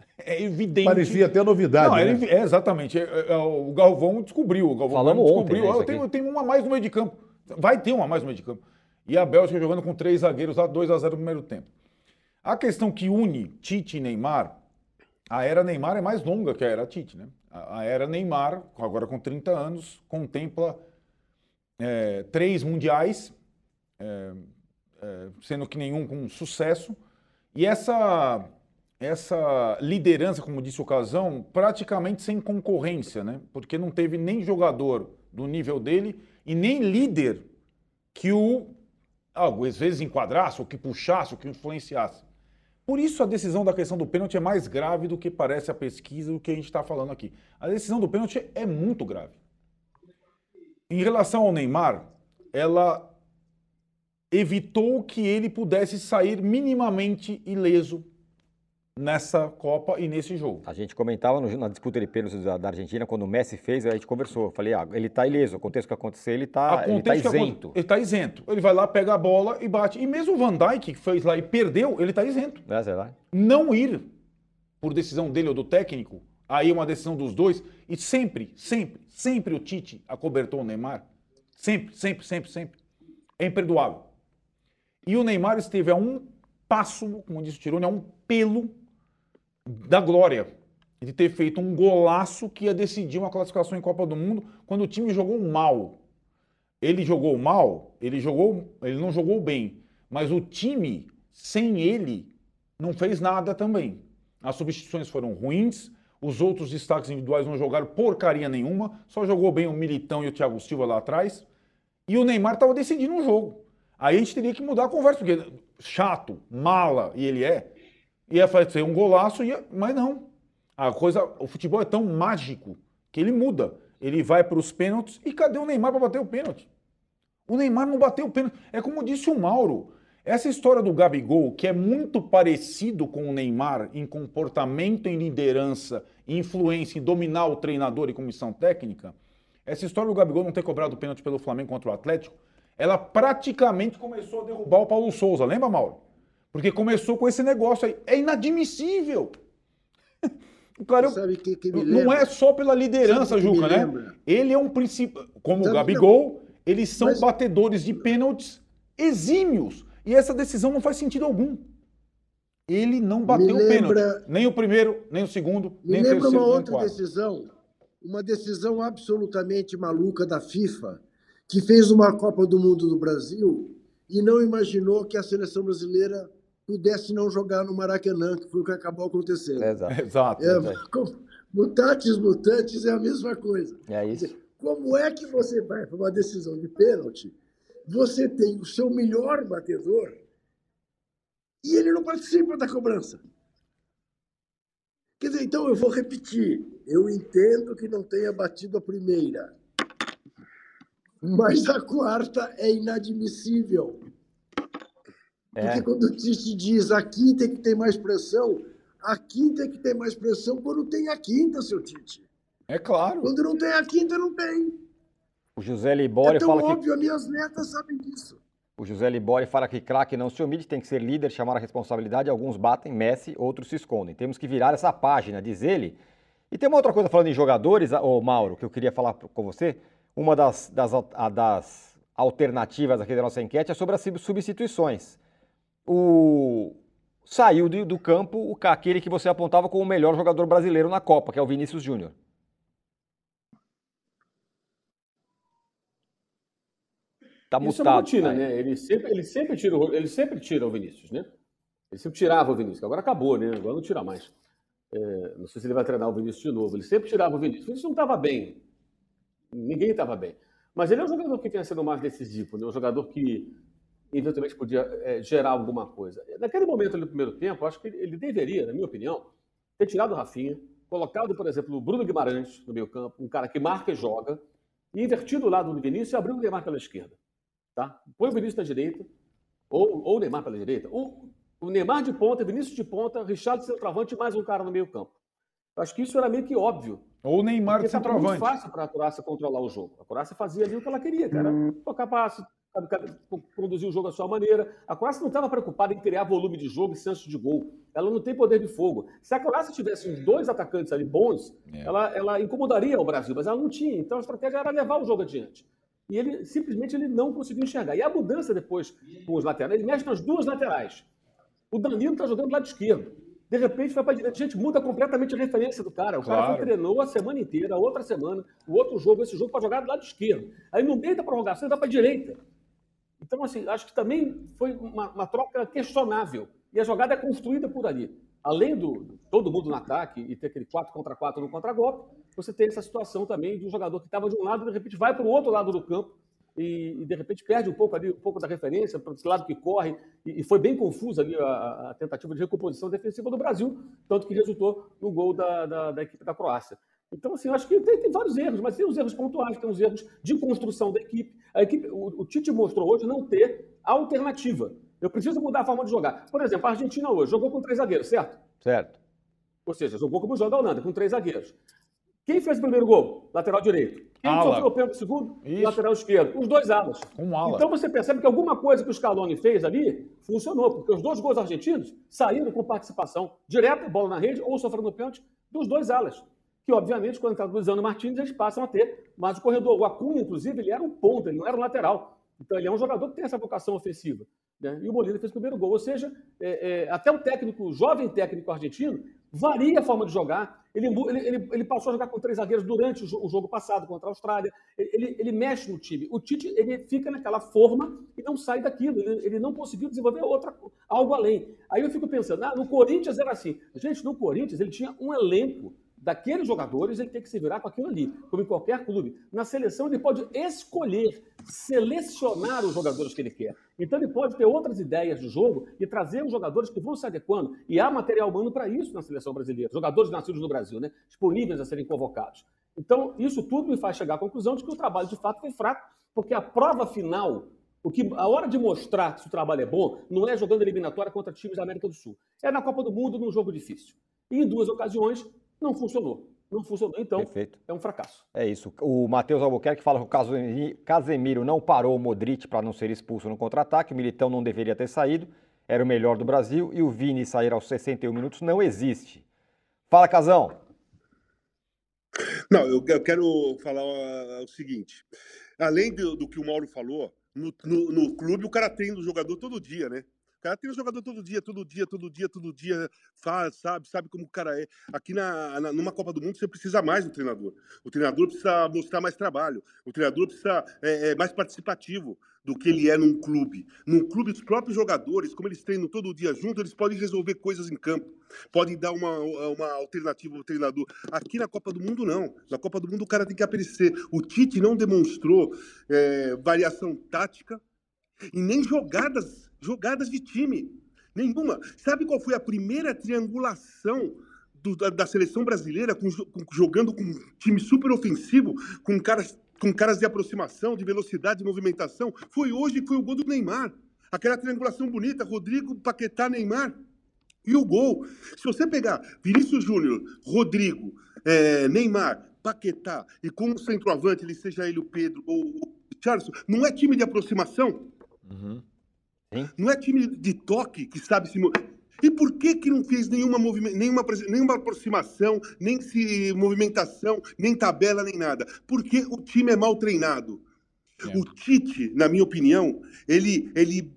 é evidente. Parecia até novidade, Não, né? Exatamente. O Galvão descobriu. O Galvão Falamos descobriu. ontem, né, isso Eu tenho uma a mais no meio de campo. Vai ter uma a mais no meio de campo. E a Bélgica jogando com 3 zagueiros lá, 2-0 no primeiro tempo. A questão que une Tite e Neymar, a era Neymar é mais longa que a era Tite, né? A era Neymar, agora com 30 anos, contempla 3 mundiais, sendo que nenhum com sucesso. E essa liderança, como disse o Casão, praticamente sem concorrência, né? Porque não teve nem jogador do nível dele e nem líder que às vezes enquadrasse, ou que puxasse, ou que influenciasse. Por isso a decisão da questão do pênalti é mais grave do que parece a pesquisa, do que a gente está falando aqui. A decisão do pênalti é muito grave. Em relação ao Neymar, ela evitou que ele pudesse sair minimamente ileso nessa Copa e nesse jogo. A gente comentava na disputa de pênaltis da Argentina, quando o Messi fez, a gente conversou. Eu falei, ele tá ileso, aconteça o que acontecer, ele tá isento. Ele tá isento. Ele vai lá, pega a bola e bate. E mesmo o Van Dijk, que fez lá e perdeu, ele tá isento. É verdade. Não ir por decisão dele ou do técnico, aí é uma decisão dos dois. E sempre o Tite acobertou o Neymar. Sempre. É imperdoável. E o Neymar esteve a um passo, como disse o Tirone, a um pelo da glória, de ter feito um golaço que ia decidir uma classificação em Copa do Mundo quando o time jogou mal. Ele jogou mal, ele não jogou bem, mas o time, sem ele, não fez nada também. As substituições foram ruins, os outros destaques individuais não jogaram porcaria nenhuma, só jogou bem o Militão e o Thiago Silva lá atrás, e o Neymar estava decidindo um jogo. Aí a gente teria que mudar a conversa, porque chato, mala, e ele ia fazer um golaço, mas não. O futebol é tão mágico que ele muda. Ele vai para os pênaltis e cadê o Neymar para bater o pênalti? O Neymar não bateu o pênalti. É como disse o Mauro, essa história do Gabigol, que é muito parecido com o Neymar em comportamento, em liderança, em influência, em dominar o treinador e comissão técnica, essa história do Gabigol não ter cobrado o pênalti pelo Flamengo contra o Atlético, ela praticamente começou a derrubar o Paulo Souza, lembra, Mauro? Porque começou com esse negócio aí. É inadmissível. O cara, sabe que me não lembra? é só pela liderança, Sabe que Juca, me né? lembra? Ele é um princípio. Como Sabe o Gabigol, eles são Mas- batedores de pênaltis exímios. E essa decisão não faz sentido algum. Ele não bateu o lembra- pênalti. Nem o primeiro, nem o segundo, Me nem o lembra terceiro, uma nem o outra quarto. decisão, uma decisão absolutamente maluca da FIFA, que fez uma Copa do Mundo do Brasil e não imaginou que a seleção brasileira pudesse não jogar no Maracanã, que foi o que acabou acontecendo. Exato. Exato. É, Mutatis mutandis é a mesma coisa. É isso. Quer dizer, como é que você vai para uma decisão de pênalti, você tem o seu melhor batedor e ele não participa da cobrança? Quer dizer, então eu vou repetir. Eu entendo que não tenha batido a primeira, mas a quarta é inadmissível. Porque quando o Tite diz aqui tem que ter mais pressão, aqui tem que ter mais pressão quando tem a quinta, seu Tite. É claro. Quando não tem a quinta, não tem. O José Libório É tão fala óbvio, que... minhas netas sabem disso. O José Libório fala que craque não se omite, tem que ser líder, chamar a responsabilidade. Alguns batem, Messi, outros se escondem. Temos que virar essa página, diz ele. E tem uma outra coisa falando em jogadores, ô Mauro, que eu queria falar com você. Uma das alternativas aqui da nossa enquete é sobre as substituições. Saiu do campo aquele que você apontava como o melhor jogador brasileiro na Copa, que é o Vinícius Júnior. Tá Isso mutado. é uma rotina, né? Ele sempre tira o Vinícius, né? Ele sempre tirava o Vinícius, que agora acabou, né? Agora não tira mais. Não sei se ele vai treinar o Vinícius de novo. Ele sempre tirava o Vinícius. O Vinícius não estava bem. Ninguém estava bem. Mas ele é um jogador que tinha sido mais decisivo, né? Um jogador que eventualmente podia gerar alguma coisa. Naquele momento ali no primeiro tempo, eu acho que ele deveria, na minha opinião, ter tirado o Rafinha, colocado, por exemplo, o Bruno Guimarães no meio campo, um cara que marca e joga, e invertido o lado do Vinícius e abriu o Neymar pela esquerda. Tá? Põe o Vinícius na direita, ou o Neymar pela direita, o Neymar de ponta, Vinícius de ponta, Richarlison de centroavante e mais um cara no meio campo. Eu acho que isso era meio que óbvio. Ou o Neymar de centroavante. Muito fácil para a Croácia controlar o jogo. A Croácia fazia ali o que ela queria, cara. Tocar passe, produzir o jogo à sua maneira. A Croácia não estava preocupada em criar volume de jogo e senso de gol. Ela não tem poder de fogo. Se a Croácia tivesse uns dois atacantes ali bons, ela incomodaria o Brasil, mas ela não tinha. Então a estratégia era levar o jogo adiante. E ele simplesmente não conseguiu enxergar. E a mudança depois com os laterais, ele mexe nas duas laterais. O Danilo está jogando do lado esquerdo. De repente vai para a direita. Gente, muda completamente a referência do cara. O cara treinou a semana inteira, a outra semana, o outro jogo, esse jogo para jogar do lado esquerdo. Aí no meio da prorrogação ele vai para a direita. Então, assim, acho que também foi uma troca questionável. E a jogada é construída por ali. Além do todo mundo no ataque e ter aquele 4 contra 4 no contra-golpe, você tem essa situação também de um jogador que estava de um lado e de repente vai para o outro lado do campo e de repente perde um pouco da referência para esse lado que corre, e foi bem confusa ali a tentativa de recomposição defensiva do Brasil, tanto que resultou no gol da equipe da Croácia. Então, assim, eu acho que tem vários erros, mas tem os erros pontuais, tem os erros de construção da equipe. O Tite mostrou hoje não ter alternativa. Eu preciso mudar a forma de jogar. Por exemplo, a Argentina hoje jogou com 3 zagueiros, certo? Certo. Ou seja, jogou como joga a Holanda, com 3 zagueiros. Quem fez o primeiro gol? Lateral direito. Quem sofreu o pênalti segundo? Isso. Lateral esquerdo. Os 2 alas. Ala. Então você percebe que alguma coisa que o Scaloni fez ali funcionou, porque os 2 gols argentinos saíram com participação direta, bola na rede, ou sofrendo o pênalti, dos 2 alas. Que, obviamente, quando está cruzando o Martins, eles passam a ter mais o corredor. O Acunha, inclusive, ele era um ponta, ele não era um lateral. Então, ele é um jogador que tem essa vocação ofensiva. Né? E o Molina fez o primeiro gol. Ou seja, até o jovem técnico argentino, varia a forma de jogar. Ele passou a jogar com 3 zagueiros durante o jogo passado contra a Austrália. Ele mexe no time. O Tite ele fica naquela forma e não sai daquilo. Ele não conseguiu desenvolver algo além. Aí eu fico pensando, no Corinthians era assim. Gente, no Corinthians ele tinha um elenco daqueles jogadores, ele tem que se virar com aquilo ali, como em qualquer clube. Na seleção, ele pode escolher, selecionar os jogadores que ele quer. Então, ele pode ter outras ideias de jogo e trazer os jogadores que vão se adequando. E há material humano para isso na seleção brasileira. Jogadores nascidos no Brasil, né? Disponíveis a serem convocados. Então, isso tudo me faz chegar à conclusão de que o trabalho, de fato, foi fraco, porque a prova final, a hora de mostrar se o trabalho é bom, não é jogando eliminatória contra times da América do Sul. É na Copa do Mundo, num jogo difícil. E em 2 ocasiões, não funcionou. Não funcionou, então Perfeito. É um fracasso. É isso. O Matheus Albuquerque fala que o Casemiro não parou o Modric para não ser expulso no contra-ataque, o Militão não deveria ter saído, era o melhor do Brasil, e o Vini sair aos 61 minutos não existe. Fala, Casão. Não, eu quero falar o seguinte. Além do que o Mauro falou, no clube o cara treina o jogador todo dia, né? O cara tem um jogador todo dia, faz, sabe como o cara é. Aqui numa Copa do Mundo você precisa mais do treinador. O treinador precisa mostrar mais trabalho. O treinador precisa mais participativo do que ele é num clube. Num clube, os próprios jogadores, como eles treinam todo dia junto, eles podem resolver coisas em campo. Podem dar uma alternativa ao treinador. Aqui na Copa do Mundo, não. Na Copa do Mundo o cara tem que aparecer. O Tite não demonstrou variação tática e nem jogadas de time. Nenhuma. Sabe qual foi a primeira triangulação da seleção brasileira jogando com um time super ofensivo, com caras de aproximação, de velocidade, de movimentação? Foi hoje que foi o gol do Neymar. Aquela triangulação bonita, Rodrigo, Paquetá, Neymar. E o gol. Se você pegar Vinícius Júnior, Rodrigo, Neymar, Paquetá, e como centroavante, seja ele o Pedro ou o Richarlison, não é time de aproximação? Uhum. Não é time de toque que sabe se... E por que não fez nenhuma aproximação, nem movimentação, nem tabela, nem nada? Porque o time é mal treinado. O Tite, na minha opinião, ele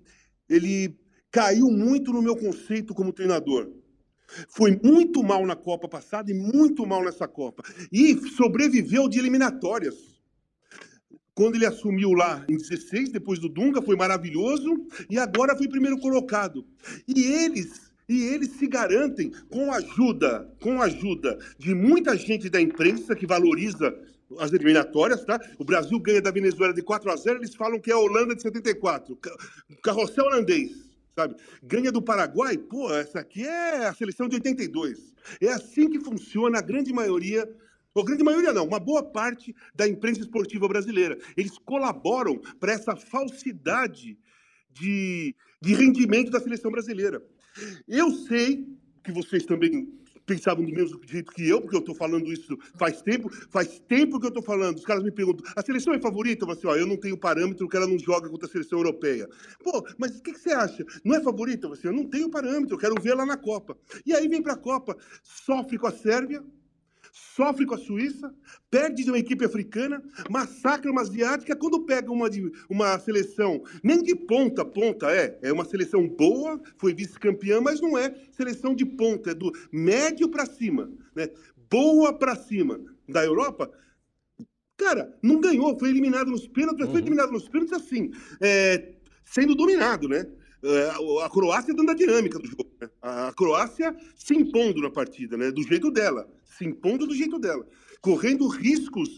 caiu muito no meu conceito como treinador. Foi muito mal na Copa passada e muito mal nessa Copa. E sobreviveu de eliminatórias. Quando ele assumiu lá em 16, depois do Dunga, foi maravilhoso, e agora foi primeiro colocado. E eles se garantem com a ajuda de muita gente da imprensa que valoriza as eliminatórias, tá? O Brasil ganha da Venezuela de 4-0, eles falam que é a Holanda de 74, carrossel holandês, sabe? Ganha do Paraguai, pô, essa aqui é a seleção de 82. É assim que funciona a grande maioria... Ou grande maioria não, uma boa parte da imprensa esportiva brasileira. Eles colaboram para essa falsidade de rendimento da seleção brasileira. Eu sei que vocês também pensavam do mesmo jeito que eu, porque eu estou falando isso faz tempo que eu estou falando. Os caras me perguntam, a seleção é favorita? Eu falo assim, eu não tenho parâmetro que ela não joga contra a seleção europeia. Pô, mas o que você acha? Não é favorita? Eu não tenho parâmetro, eu quero ver lá na Copa. E aí vem para a Copa, sofre com a Sérvia, sofre com a Suíça, perde de uma equipe africana, massacra uma asiática. Quando pega uma seleção, nem de ponta a ponta, é uma seleção boa, foi vice-campeã, mas não é seleção de ponta, é do médio para cima, né? Boa para cima. Da Europa, cara, não ganhou, foi eliminado nos pênaltis, mas foi eliminado nos pênaltis assim, sendo dominado, né? A Croácia dando a dinâmica do jogo, né? A Croácia se impondo na partida, né? Do jeito dela, se impondo do jeito dela, correndo riscos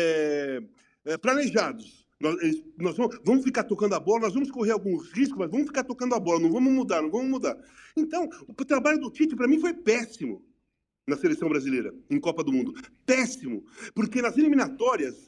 planejados. Nós vamos ficar tocando a bola, nós vamos correr alguns riscos, mas vamos ficar tocando a bola, não vamos mudar. Então, o trabalho do Tite, para mim, foi péssimo na seleção brasileira, em Copa do Mundo. Péssimo, porque nas eliminatórias,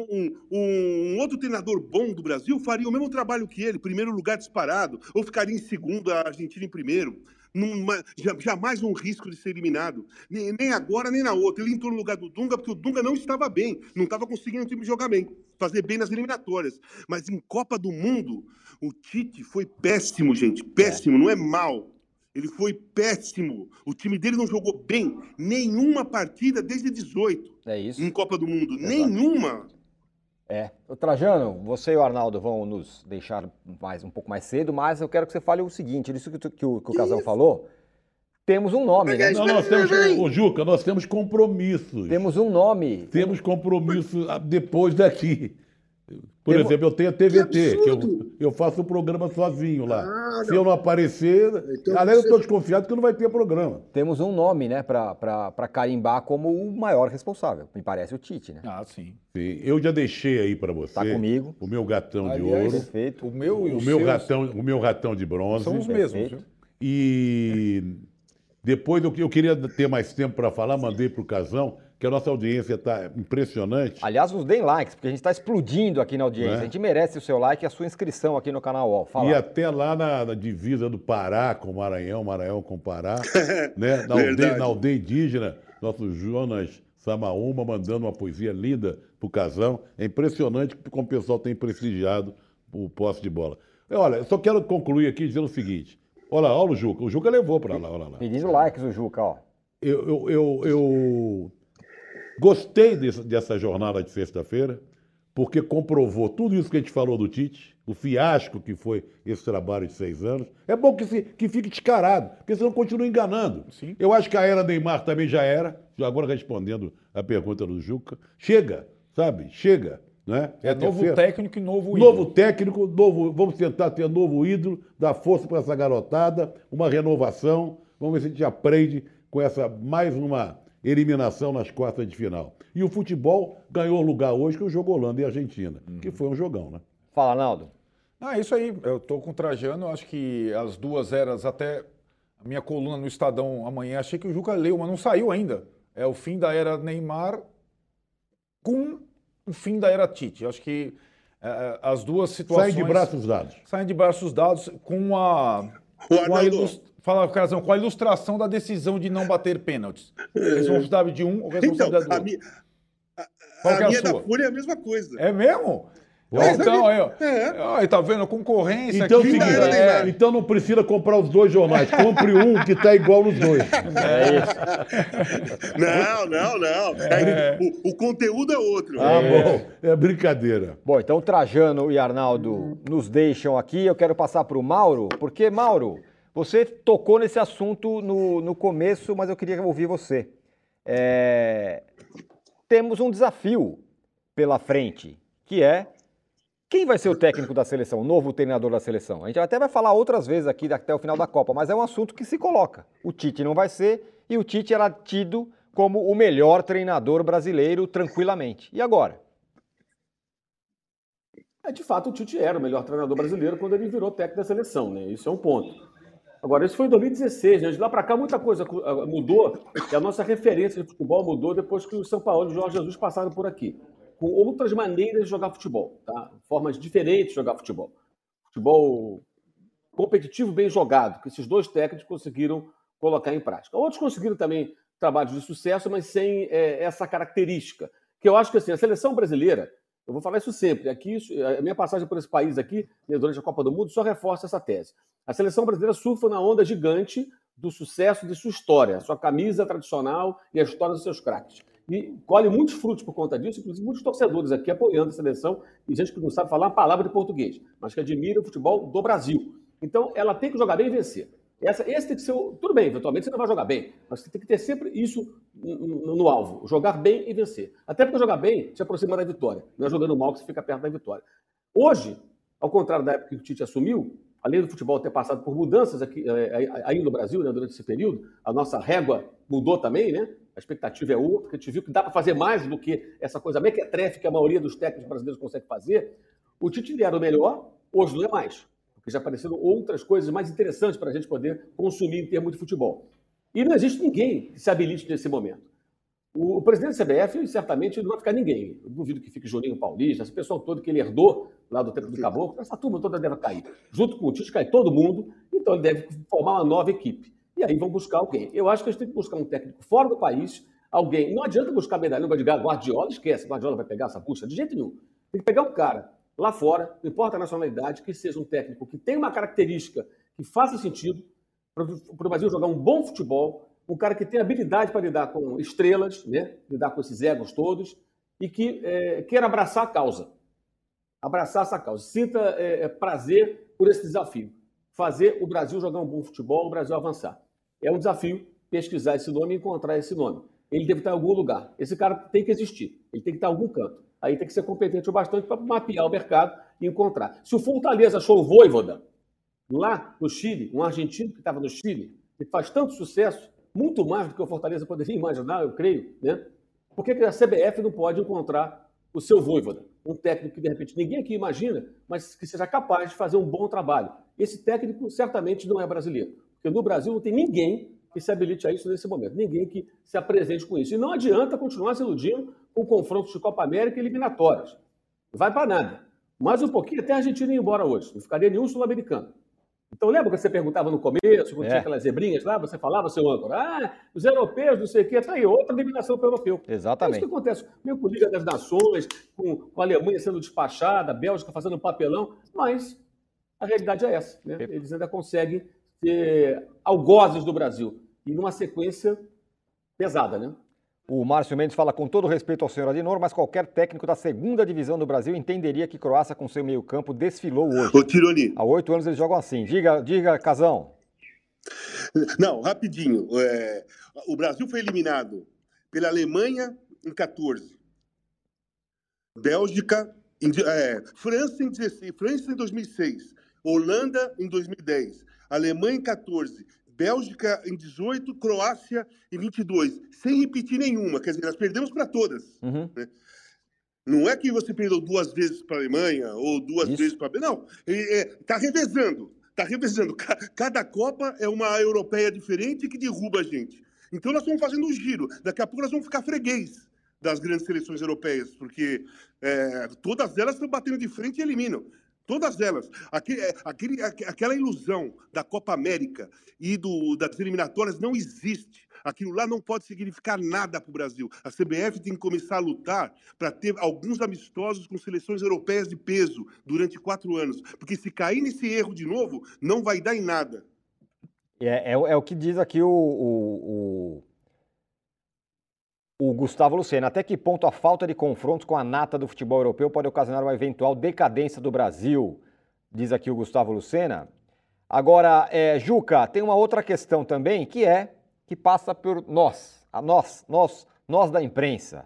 um outro treinador bom do Brasil faria o mesmo trabalho que ele, primeiro lugar disparado, ou ficaria em segundo, a Argentina em primeiro. Jamais um risco de ser eliminado. Nem agora, nem na outra. Ele entrou no lugar do Dunga, porque o Dunga não estava bem, não estava conseguindo o time jogar bem, fazer bem nas eliminatórias. Mas em Copa do Mundo, o Tite foi péssimo, gente, péssimo, não é mal. Ele foi péssimo. O time dele não jogou bem nenhuma partida desde 18. É isso. Em Copa do Mundo. Exato. Nenhuma. O Trajano, você e o Arnaldo vão nos deixar um pouco mais cedo, mas eu quero que você fale o seguinte, isso que o Casão falou, temos um nome, né? Não, Juca, nós temos compromissos. Temos um nome. Temos compromisso depois daqui. Por exemplo, eu tenho a TVT, que eu faço o programa sozinho lá. Se eu não aparecer, Então, galera, eu estou desconfiado que não vai ter programa. Temos um nome, né, para carimbar como o maior responsável. Me parece o Tite, né? Ah, sim. Sim, eu já deixei aí para você. Tá comigo. O meu gatão de Aliás, ouro. Perfeito. O meu e O meu ratão de bronze. são os mesmos. Perfeito. Viu? E depois eu queria ter mais tempo para falar, mandei para o Casão, que a nossa audiência está impressionante. Aliás, nos deem likes, porque a gente está explodindo aqui na audiência. Né? A gente merece o seu like e a sua inscrição aqui no canal UOL. Fala. E até lá na divisa do Pará com o Maranhão, Maranhão com o Pará, né? Na aldeia indígena, nosso Jonas Samaúma mandando uma poesia linda pro Casão. É impressionante como o pessoal tem prestigiado o posse de bola. Olha, eu só quero concluir aqui dizendo o seguinte. Olha o Juca. O Juca levou para lá, olha lá. Pedindo likes o Juca, ó. Eu gostei dessa jornada de sexta-feira, porque comprovou tudo isso que a gente falou do Tite, o fiasco que foi esse trabalho de 6 anos. É bom que fique descarado, porque senão continua enganando. Sim. Eu acho que a era Neymar também já era, agora respondendo a pergunta do Juca, chega, sabe? Chega. Né? É novo terceira. técnico e novo ídolo. Novo técnico, vamos tentar ter novo ídolo, dar força para essa garotada, uma renovação. Vamos ver se a gente aprende com essa mais uma eliminação nas quartas de final. E o futebol ganhou lugar hoje que o jogo Holanda e Argentina, que foi um jogão, né? Fala, Arnaldo. Isso aí. Eu estou com o Trajano, acho que as duas eras, até a minha coluna no Estadão amanhã, achei que o Juca leu, mas não saiu ainda. É o fim da era Neymar com o fim da era Tite. Acho que as duas situações... Saem de braços dados. Saem de braços dados com com a ilustração da decisão de não bater pênaltis. Responsabilidade de um ou responsabilidade do outro. A minha da Folha é a mesma coisa. É mesmo? Então, aí, ó. Tá vendo? A concorrência então, aqui. Então não precisa comprar os dois jornais. Compre um que tá igual nos dois. É isso. Não. O conteúdo é outro. Bom. É brincadeira. Bom, então Trajano e Arnaldo nos deixam aqui. Eu quero passar para o Mauro, porque, Mauro, você tocou nesse assunto no começo, mas eu queria ouvir você. Temos um desafio pela frente, que é quem vai ser o técnico da seleção, o novo treinador da seleção? A gente até vai falar outras vezes aqui até o final da Copa, mas é um assunto que se coloca. O Tite não vai ser, e o Tite era tido como o melhor treinador brasileiro tranquilamente. E agora? De fato, o Tite era o melhor treinador brasileiro quando ele virou técnico da seleção, né? Isso é um ponto. Agora, isso foi em 2016, né? De lá para cá muita coisa mudou, e a nossa referência de futebol mudou depois que o São Paulo e o Jorge Jesus passaram por aqui, com outras maneiras de jogar futebol, tá? Formas diferentes de jogar futebol. Futebol competitivo bem jogado, que esses dois técnicos conseguiram colocar em prática. Outros conseguiram também trabalhos de sucesso, mas sem essa característica, que eu acho que assim, a seleção brasileira, eu vou falar isso sempre, aqui, a minha passagem por esse país aqui, durante a Copa do Mundo, só reforça essa tese. A seleção brasileira surfa na onda gigante do sucesso de sua história, a sua camisa tradicional e a história dos seus craques. E colhe muitos frutos por conta disso, inclusive muitos torcedores aqui apoiando a seleção, e gente que não sabe falar uma palavra de português, mas que admira o futebol do Brasil. Então, ela tem que jogar bem e vencer. Esse tem que ser tudo bem, eventualmente você não vai jogar bem, mas você tem que ter sempre isso no alvo, jogar bem e vencer. Até porque jogar bem te aproxima da vitória, não é jogando mal que você fica perto da vitória. Hoje, ao contrário da época que o Tite assumiu, além do futebol ter passado por mudanças aqui, aí no Brasil, né, durante esse período, a nossa régua mudou também, né? A expectativa é outra, porque a gente viu que dá para fazer mais do que essa coisa mequetrefe que a maioria dos técnicos brasileiros consegue fazer. O Tite era o melhor, hoje não é mais, porque já apareceram outras coisas mais interessantes para a gente poder consumir em termos de futebol. E não existe ninguém que se habilite nesse momento. O presidente da CBF, certamente, não vai ficar ninguém. Eu duvido que fique Juninho Paulista, esse pessoal todo que ele herdou lá do tempo do Caboclo, essa turma toda deve cair. Junto com o Tite cai todo mundo, então ele deve formar uma nova equipe. E aí vão buscar alguém. Eu acho que eles têm que buscar um técnico fora do país, alguém. Não adianta buscar medalha de Guardiola, esquece, Guardiola vai pegar essa bucha de jeito nenhum. Tem que pegar um cara lá fora, não importa a nacionalidade, que seja um técnico que tenha uma característica que faça sentido para o Brasil jogar um bom futebol, um cara que tenha habilidade para lidar com estrelas, né? Lidar com esses egos todos, e que queira abraçar a causa. Abraçar essa causa. Sinta prazer por esse desafio. Fazer o Brasil jogar um bom futebol, o Brasil avançar. É um desafio pesquisar esse nome e encontrar esse nome. Ele deve estar em algum lugar. Esse cara tem que existir. Ele tem que estar em algum canto. Aí tem que ser competente o bastante para mapear o mercado e encontrar. Se o Fortaleza achou o Vojvoda lá no Chile, um argentino que estava no Chile, que faz tanto sucesso, muito mais do que o Fortaleza poderia imaginar, eu creio, né? Por que a CBF não pode encontrar o seu Vojvoda? Um técnico que, de repente, ninguém aqui imagina, mas que seja capaz de fazer um bom trabalho. Esse técnico certamente não é brasileiro, porque no Brasil não tem ninguém que se habilite a isso nesse momento, ninguém que se apresente com isso. E não adianta continuar se iludindo com confrontos de Copa América e eliminatórias. Não vai para nada. Mais um pouquinho, até a Argentina ir embora hoje. Não ficaria nenhum sul-americano. Então, lembra que você perguntava no começo, quando tinha aquelas zebrinhas lá, você falava, seu âncora, os europeus, não sei o quê, tá aí, outra eliminação para o europeu. Exatamente. É isso que acontece. Meio com a Liga das Nações, com a Alemanha sendo despachada, a Bélgica fazendo papelão, mas a realidade é essa, né? Eles ainda conseguem ter algozes do Brasil, e numa sequência pesada, né? O Márcio Mendes fala, com todo respeito ao senhor Adinor, mas qualquer técnico da segunda divisão do Brasil entenderia que Croácia, com seu meio-campo, desfilou hoje. Ô, Tironi. Há 8 anos eles jogam assim. Diga, Casão. Não, rapidinho. O Brasil foi eliminado pela Alemanha em 14. Bélgica, França em 16, França em 2006. Holanda em 2010. Alemanha em 14. Bélgica em 18, Croácia em 22, sem repetir nenhuma. Quer dizer, nós perdemos para todas. Uhum. Né? Não é que você perdeu 2 vezes para a Alemanha ou 2 vezes para a... Não, está revezando. Está revezando. Cada Copa é uma europeia diferente que derruba a gente. Então nós estamos fazendo um giro. Daqui a pouco nós vamos ficar freguês das grandes seleções europeias, porque todas elas estão batendo de frente e eliminam. Todas elas. Aquela ilusão da Copa América e das eliminatórias não existe. Aquilo lá não pode significar nada para o Brasil. A CBF tem que começar a lutar para ter alguns amistosos com seleções europeias de peso durante 4 anos. Porque se cair nesse erro de novo, não vai dar em nada. É o que diz aqui o Gustavo Lucena. Até que ponto a falta de confrontos com a nata do futebol europeu pode ocasionar uma eventual decadência do Brasil? Diz aqui o Gustavo Lucena. Agora, Juca, tem uma outra questão também, que passa por nós da imprensa.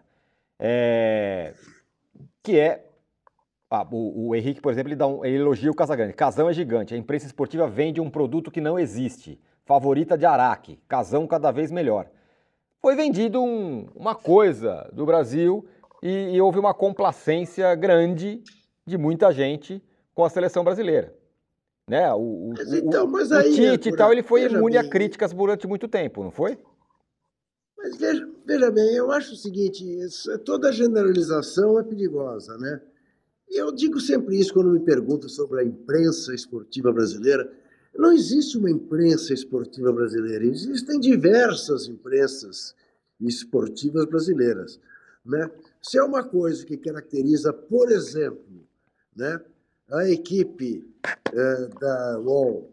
O Henrique, por exemplo, ele elogia o Casagrande. Casão é gigante, a imprensa esportiva vende um produto que não existe. Favorita de Araque, Casão cada vez melhor. Foi vendido uma coisa do Brasil e houve uma complacência grande de muita gente com a seleção brasileira. Né? O Tite e tal, ele foi imune a críticas durante muito tempo, não foi? Mas veja bem, eu acho o seguinte, toda generalização é perigosa, né? E eu digo sempre isso quando me perguntam sobre a imprensa esportiva brasileira. Não existe uma imprensa esportiva brasileira, existem diversas imprensas esportivas brasileiras, né? Se é uma coisa que caracteriza, por exemplo, né, a equipe da UOL,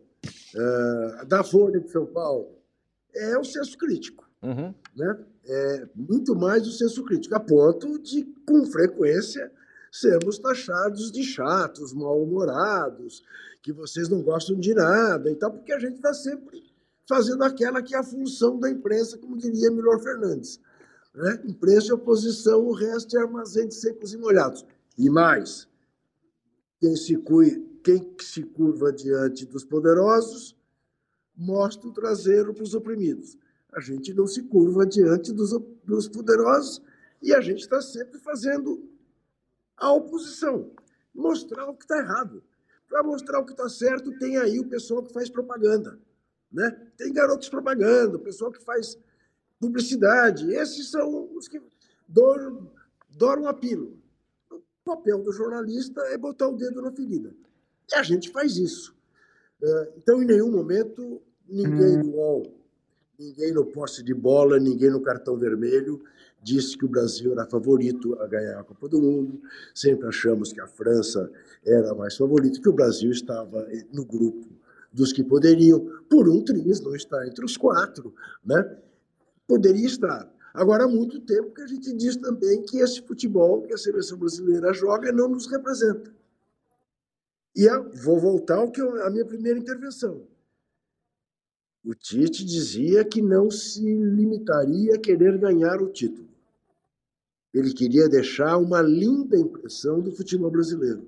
da Folha de São Paulo, é o senso crítico, uhum, né? É muito mais o senso crítico, a ponto de, com frequência, sermos taxados de chatos, mal-humorados, que vocês não gostam de nada e tal, porque a gente está sempre fazendo aquela que é a função da imprensa, como diria Milor Fernandes. Né? Imprensa e oposição, o resto é armazém de secos e molhados. E mais, quem se curva diante dos poderosos mostra o traseiro para os oprimidos. A gente não se curva diante dos poderosos e a gente está sempre fazendo a oposição, mostrar o que está errado. Para mostrar o que está certo, tem aí o pessoal que faz propaganda, né? Tem garotos propaganda, o pessoal que faz publicidade. Esses são os que douram a pílula. O papel do jornalista é botar o dedo na ferida. E a gente faz isso. Então, em nenhum momento, ninguém no UOL, ninguém no poste de bola, ninguém no cartão vermelho disse que o Brasil era favorito a ganhar a Copa do Mundo. Sempre achamos que a França era mais favorita, que o Brasil estava no grupo dos que poderiam, por um triz, não está entre os 4, né? Poderia estar. Agora, há muito tempo que a gente diz também que esse futebol que a seleção brasileira joga não nos representa. E vou voltar à minha primeira intervenção. O Tite dizia que não se limitaria a querer ganhar o título. Ele queria deixar uma linda impressão do futebol brasileiro.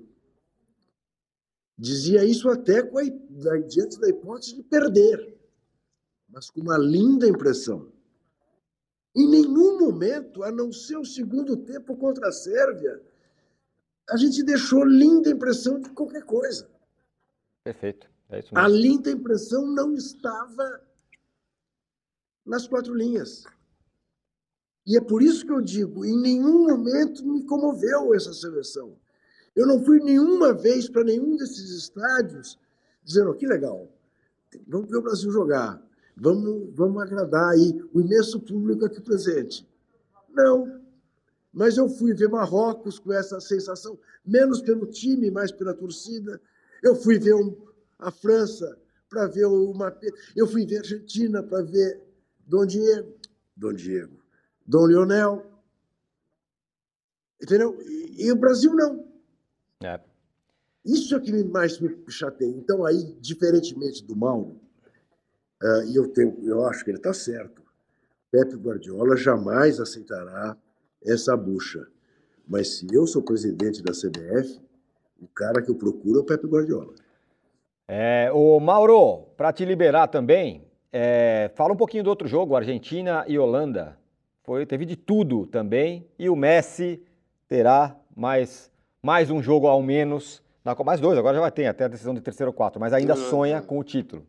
Dizia isso até diante da hipótese de perder, mas com uma linda impressão. Em nenhum momento, a não ser o segundo tempo contra a Sérvia, a gente deixou linda impressão de qualquer coisa. Perfeito. É isso mesmo. A linda impressão não estava nas 4 linhas. E é por isso que eu digo, em nenhum momento me comoveu essa seleção. Eu não fui nenhuma vez para nenhum desses estádios dizendo, que legal, vamos ver o Brasil jogar, vamos agradar aí o imenso público aqui presente. Não, mas eu fui ver Marrocos com essa sensação, menos pelo time, mais pela torcida. Eu fui ver a França para ver eu fui ver a Argentina para ver Dom Diego. Dom Leonel. Entendeu? E o Brasil não. É. Isso é que mais me chateia. Então, aí, diferentemente do Mauro, e eu acho que ele está certo, Pepe Guardiola jamais aceitará essa bucha. Mas se eu sou presidente da CBF, o cara que eu procuro é o Pepe Guardiola. Ô Mauro, para te liberar também, fala um pouquinho do outro jogo, Argentina e Holanda. Teve de tudo também, e o Messi terá mais um jogo ao menos, mais 2, agora já vai ter, até a decisão de terceiro ou quarto, mas ainda sonha com o título.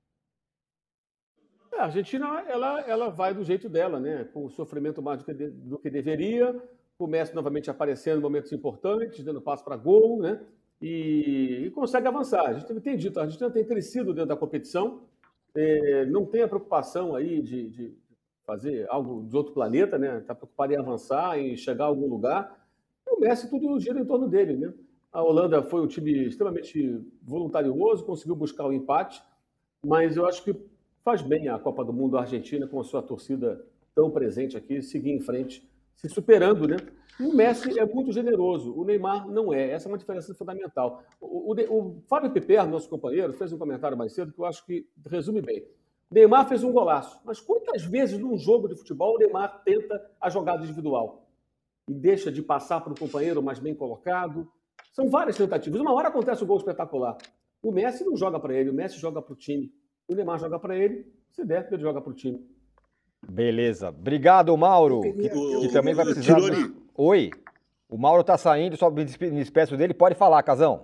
A Argentina, ela vai do jeito dela, né? Com sofrimento mais do que deveria, o Messi novamente aparecendo em momentos importantes, dando passo para gol, né? E consegue avançar. A gente tem dito, a Argentina tem crescido dentro da competição, não tem a preocupação aí de fazer algo de outro planeta, né? Está preocupado em avançar, em chegar a algum lugar. E o Messi, tudo gira em torno dele, né? A Holanda foi um time extremamente voluntarioso, conseguiu buscar o empate, mas eu acho que faz bem a Copa do Mundo, a Argentina, com a sua torcida tão presente aqui, seguir em frente, se superando, né? E o Messi é muito generoso, o Neymar não é. Essa é uma diferença fundamental. O Fábio Piper, nosso companheiro, fez um comentário mais cedo que eu acho que resume bem. Neymar fez um golaço, mas quantas vezes num jogo de futebol o Neymar tenta a jogada individual e deixa de passar para o companheiro mais bem colocado? São várias tentativas. Uma hora acontece o gol espetacular. O Messi não joga para ele, o Messi joga para o time. O Neymar joga para ele, se der, ele joga para o time. Beleza. Obrigado, Mauro, que também vai precisar... Oi, o Mauro tá saindo, só me despeço dele. Pode falar, Casão.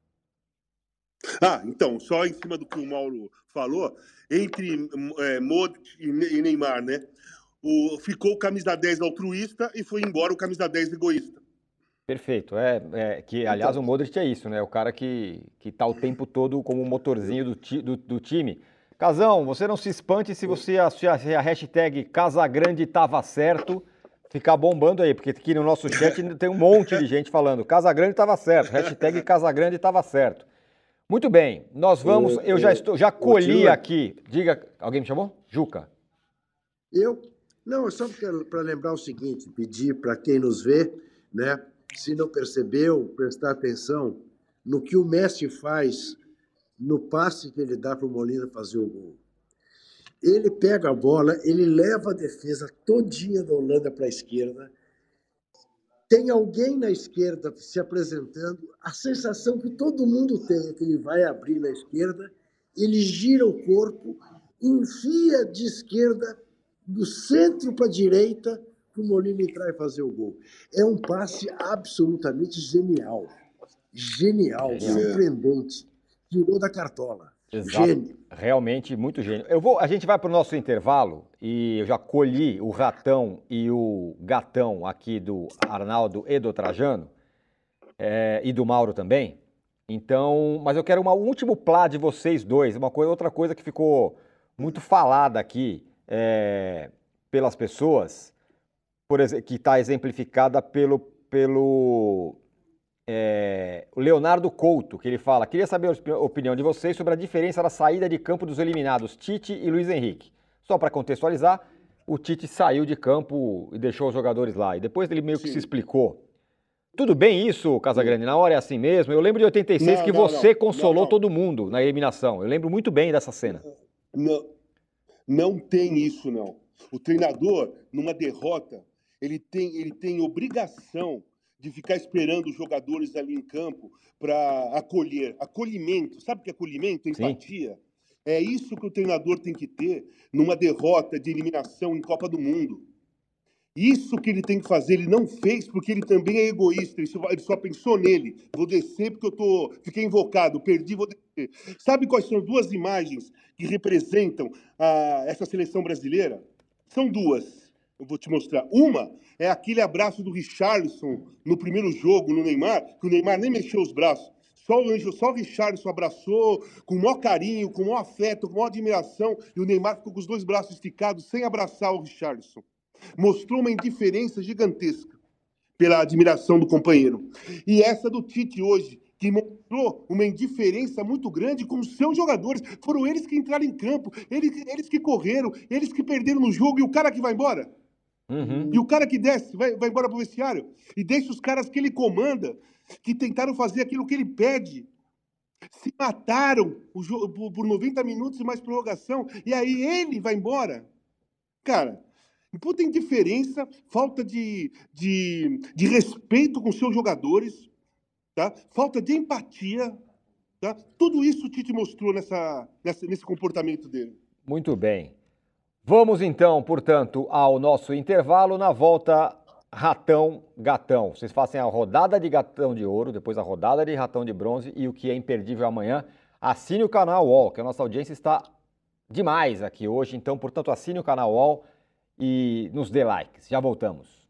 Então, só em cima do que o Mauro falou, entre Modric e Neymar, né? Ficou o camisa 10 altruísta e foi embora o camisa 10 egoísta. Perfeito. Aliás, o Modric é isso, né? O cara que tá o tempo todo como motorzinho do time. Casão, você não se espante se a hashtag Casagrande tava certo ficar bombando aí, porque aqui no nosso chat tem um monte de gente falando Casagrande tava certo, hashtag Casagrande tava certo. Muito bem, nós vamos, eu já colhi aqui, diga, alguém me chamou? Juca. Eu? Não, é só para lembrar o seguinte, pedir para quem nos vê, né, se não percebeu, prestar atenção no que o Messi faz no passe que ele dá para o Molina fazer o gol. Ele pega a bola, ele leva a defesa todinha da Holanda para a esquerda, tem alguém na esquerda se apresentando, a sensação que todo mundo tem é que ele vai abrir na esquerda, ele gira o corpo, enfia de esquerda, do centro para a direita, para o Molina entrar e fazer o gol. É um passe absolutamente genial. Genial, surpreendente. Tirou da cartola. Exato. Gênio. Realmente muito gênio. A gente vai para o nosso intervalo e eu já colhi o ratão e o gatão aqui do Arnaldo e do Trajano, e do Mauro também. Então, mas eu quero um último plá de vocês dois, outra coisa que ficou muito falada aqui pelas pessoas, por exemplo, que está exemplificada pelo o Leonardo Couto, que ele fala: queria saber a opinião de vocês sobre a diferença da saída de campo dos eliminados Tite e Luiz Henrique. Só para contextualizar, o Tite saiu de campo e deixou os jogadores lá, e depois ele meio que se explicou. Tudo bem isso, Casagrande? Na hora é assim mesmo? Eu lembro de 86 que você consolou todo mundo na eliminação. Eu lembro muito bem dessa cena. Não tem isso, não. O treinador, numa derrota, ele tem obrigação de ficar esperando os jogadores ali em campo para acolher. Acolhimento. Sabe o que é acolhimento? Empatia. Sim. É isso que o treinador tem que ter numa derrota de eliminação em Copa do Mundo. Isso que ele tem que fazer, ele não fez porque ele também é egoísta, ele só pensou nele. Vou descer porque fiquei invocado, perdi, vou descer. Sabe quais são duas imagens que representam essa seleção brasileira? São duas. Eu vou te mostrar. Uma é aquele abraço do Richarlison no primeiro jogo, no Neymar, que o Neymar nem mexeu os braços. Só o Richarlison abraçou com o maior carinho, com o maior afeto, com a maior admiração, e o Neymar ficou com os dois braços esticados sem abraçar o Richarlison. Mostrou uma indiferença gigantesca pela admiração do companheiro. E essa do Tite hoje, que mostrou uma indiferença muito grande com os seus jogadores. Foram eles que entraram em campo, eles que correram, eles que perderam no jogo, e o cara que vai embora? Uhum. E o cara que desce vai embora pro vestiário e deixa os caras que ele comanda, que tentaram fazer aquilo que ele pede, se mataram por 90 minutos e mais prorrogação, e aí ele vai embora. Cara, puta indiferença, falta de respeito com seus jogadores, tá? Falta de empatia, tá? Tudo isso o Tite mostrou nesse comportamento dele. Muito bem. Vamos então, portanto, ao nosso intervalo. Na volta, Ratão, Gatão. Vocês fazem a rodada de Gatão de Ouro, depois a rodada de Ratão de Bronze e o que é imperdível amanhã. Assine o canal UOL, que a nossa audiência está demais aqui hoje. Então, portanto, assine o canal UOL e nos dê likes. Já voltamos.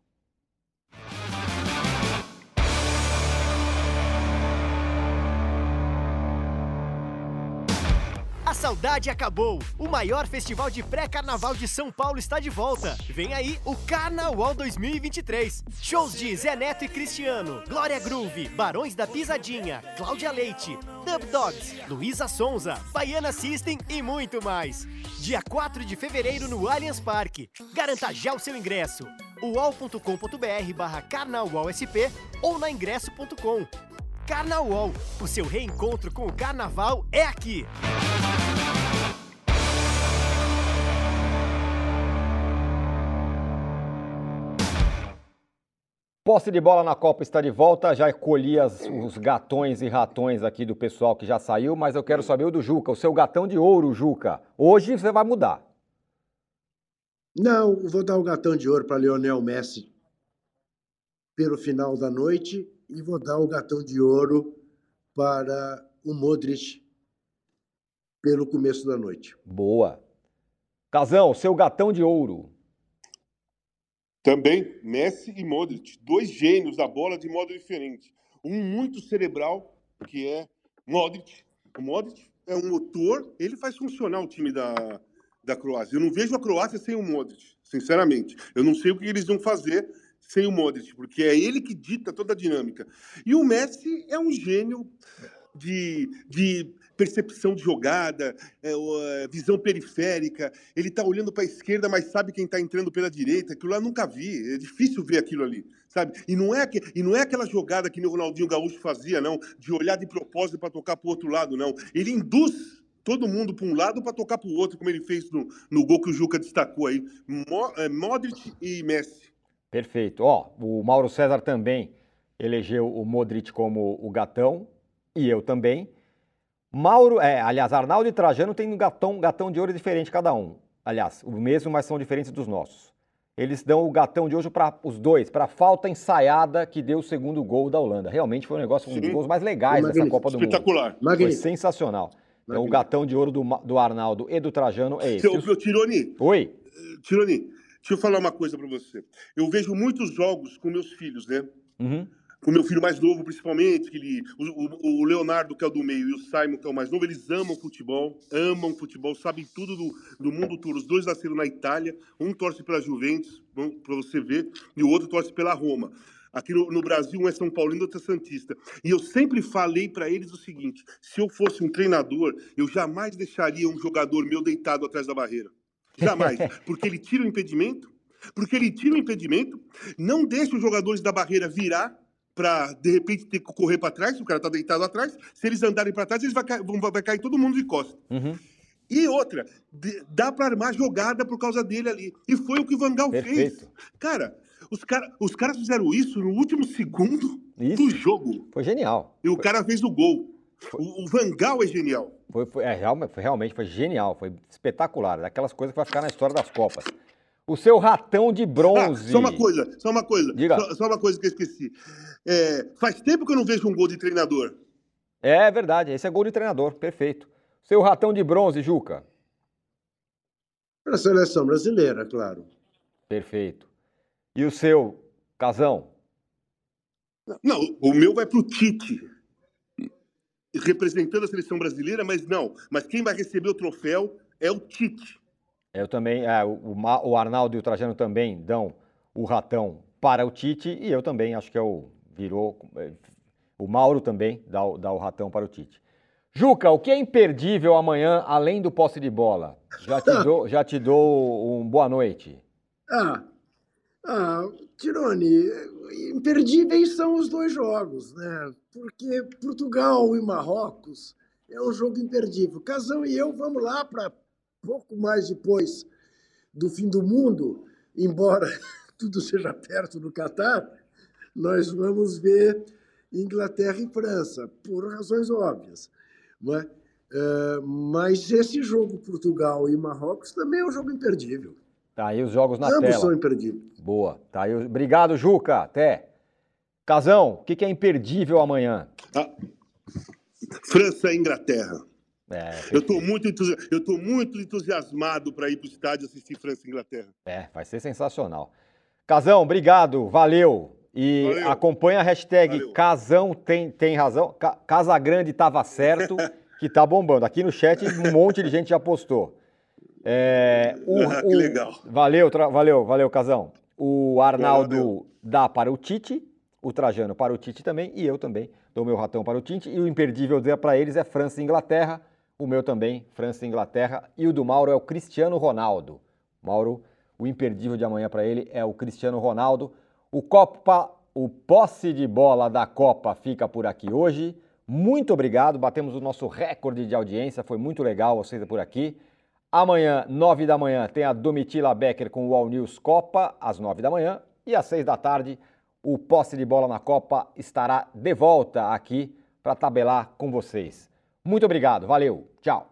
A saudade acabou! O maior festival de pré-carnaval de São Paulo está de volta. Vem aí o Carnaval 2023. Shows de Zé Neto e Cristiano, Glória Groove, Barões da Pisadinha, Cláudia Leite, Dub Dogs, Luísa Sonza, Baiana System e muito mais. Dia 4 de fevereiro no Allianz Parque. Garanta já o seu ingresso. uol.com.br/carnawalsp ou na ingresso.com. Carnaval, o seu reencontro com o carnaval é aqui. Posse de bola na Copa está de volta, já colhi os gatões e ratões aqui do pessoal que já saiu, mas eu quero saber o do Juca, o seu gatão de ouro, Juca. Hoje você vai mudar. Não, vou dar o gatão de ouro para Lionel Messi pelo final da noite e vou dar o gatão de ouro para o Modric pelo começo da noite. Boa. Casão, seu gatão de ouro. Também Messi e Modric, dois gênios da bola de modo diferente. Um muito cerebral, que é Modric. O Modric é um motor, ele faz funcionar o time da Croácia. Eu não vejo a Croácia sem o Modric, sinceramente. Eu não sei o que eles vão fazer sem o Modric, porque é ele que dita toda a dinâmica. E o Messi é um gênio de percepção de jogada, visão periférica. Ele está olhando para a esquerda, mas sabe quem está entrando pela direita. Aquilo lá eu nunca vi. É difícil ver aquilo ali, sabe? E não é aquela jogada que o Ronaldinho Gaúcho fazia, não, de olhar de propósito para tocar para o outro lado, não. Ele induz todo mundo para um lado para tocar para o outro, como ele fez no gol que o Juca destacou aí. Modric e Messi. Perfeito. Ó, o Mauro César também elegeu o Modric como o gatão, e eu também. Aliás, Arnaldo e Trajano têm um gatão de ouro diferente cada um. Aliás, o mesmo, mas são diferentes dos nossos. Eles dão o gatão de ouro para os dois, para a falta ensaiada que deu o segundo gol da Holanda. Realmente foi um negócio, um dos gols mais legais dessa Copa do Mundo. Espetacular. Foi sensacional. Então, o gatão de ouro do Arnaldo e do Trajano é esse. Tironi. Oi? Tironi, deixa eu falar uma coisa para você. Eu vejo muitos jogos com meus filhos, né? Uhum. Com o meu filho mais novo, principalmente, o Leonardo, que é o do meio, e o Simon, que é o mais novo, eles amam futebol, sabem tudo do mundo todo. Os dois nasceram na Itália, um torce pela Juventus, para você ver, e o outro torce pela Roma. Aqui no Brasil, um é São Paulino e outro é Santista. E eu sempre falei para eles o seguinte: se eu fosse um treinador, eu jamais deixaria um jogador meu deitado atrás da barreira. Jamais. Porque ele tira o impedimento, não deixa os jogadores da barreira virar, para, de repente, ter que correr para trás, o cara tá deitado atrás, se eles andarem para trás, vai cair todo mundo de costas. Uhum. E outra, dá para armar jogada por causa dele ali. E foi o que o Van Gaal fez. Cara, os caras fizeram isso no último segundo do jogo. Foi genial. E o cara fez o gol. O Van Gaal é genial. Realmente foi genial, foi espetacular. Daquelas coisas que vai ficar na história das Copas. O seu ratão de bronze. Só uma coisa. Diga. Só uma coisa que eu esqueci. Faz tempo que eu não vejo um gol de treinador. É verdade, esse é gol de treinador, perfeito. Seu ratão de bronze, Juca. Para a seleção brasileira, claro. Perfeito. E o seu, Casão? Não, o meu vai para o Tite, representando a seleção brasileira, mas quem vai receber o troféu é o Tite. Eu também, o Arnaldo e o Trajano também dão o ratão para o Tite, e eu também acho que o Mauro também dá o ratão para o Tite. Juca, o que é imperdível amanhã, além do posse de bola? Já te dou boa noite. Tironi, imperdíveis são os 2 jogos, né? Porque Portugal e Marrocos é um jogo imperdível. Casão e eu vamos lá para pouco mais depois do fim do mundo, embora tudo seja perto do Catar, nós vamos ver Inglaterra e França, por razões óbvias. Não é? Mas esse jogo Portugal e Marrocos também é um jogo imperdível. Tá aí os jogos na Ambos tela. são imperdíveis. Boa. Tá aí. Obrigado, Juca. Até. Casão, o que é imperdível amanhã? França e Inglaterra. É, eu estou muito entusiasmado para ir para o estádio assistir França e Inglaterra. Vai ser sensacional. Casão, obrigado, valeu. E Valeu. Acompanha a hashtag Valeu. Casão tem razão. Casagrande tava certo, que tá bombando. Aqui no chat um monte de gente já postou. Que legal. Valeu, Casão. O Arnaldo dá para o Tite, o Trajano para o Tite também, e eu também dou meu ratão para o Tite. E o imperdível para eles é França e Inglaterra. O meu também, França e Inglaterra. E o do Mauro é o Cristiano Ronaldo. Mauro, o imperdível de amanhã para ele é o Cristiano Ronaldo. O posse de bola da Copa fica por aqui hoje. Muito obrigado, batemos o nosso recorde de audiência, foi muito legal vocês por aqui. Amanhã, 9 da manhã, tem a Domitila Becker com o All News Copa, às 9 da manhã. E às 6 da tarde, o posse de bola na Copa estará de volta aqui para tabelar com vocês. Muito obrigado, valeu, tchau.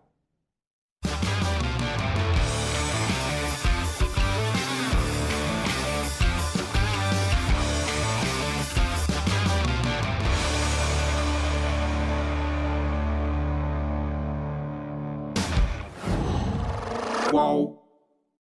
Qual?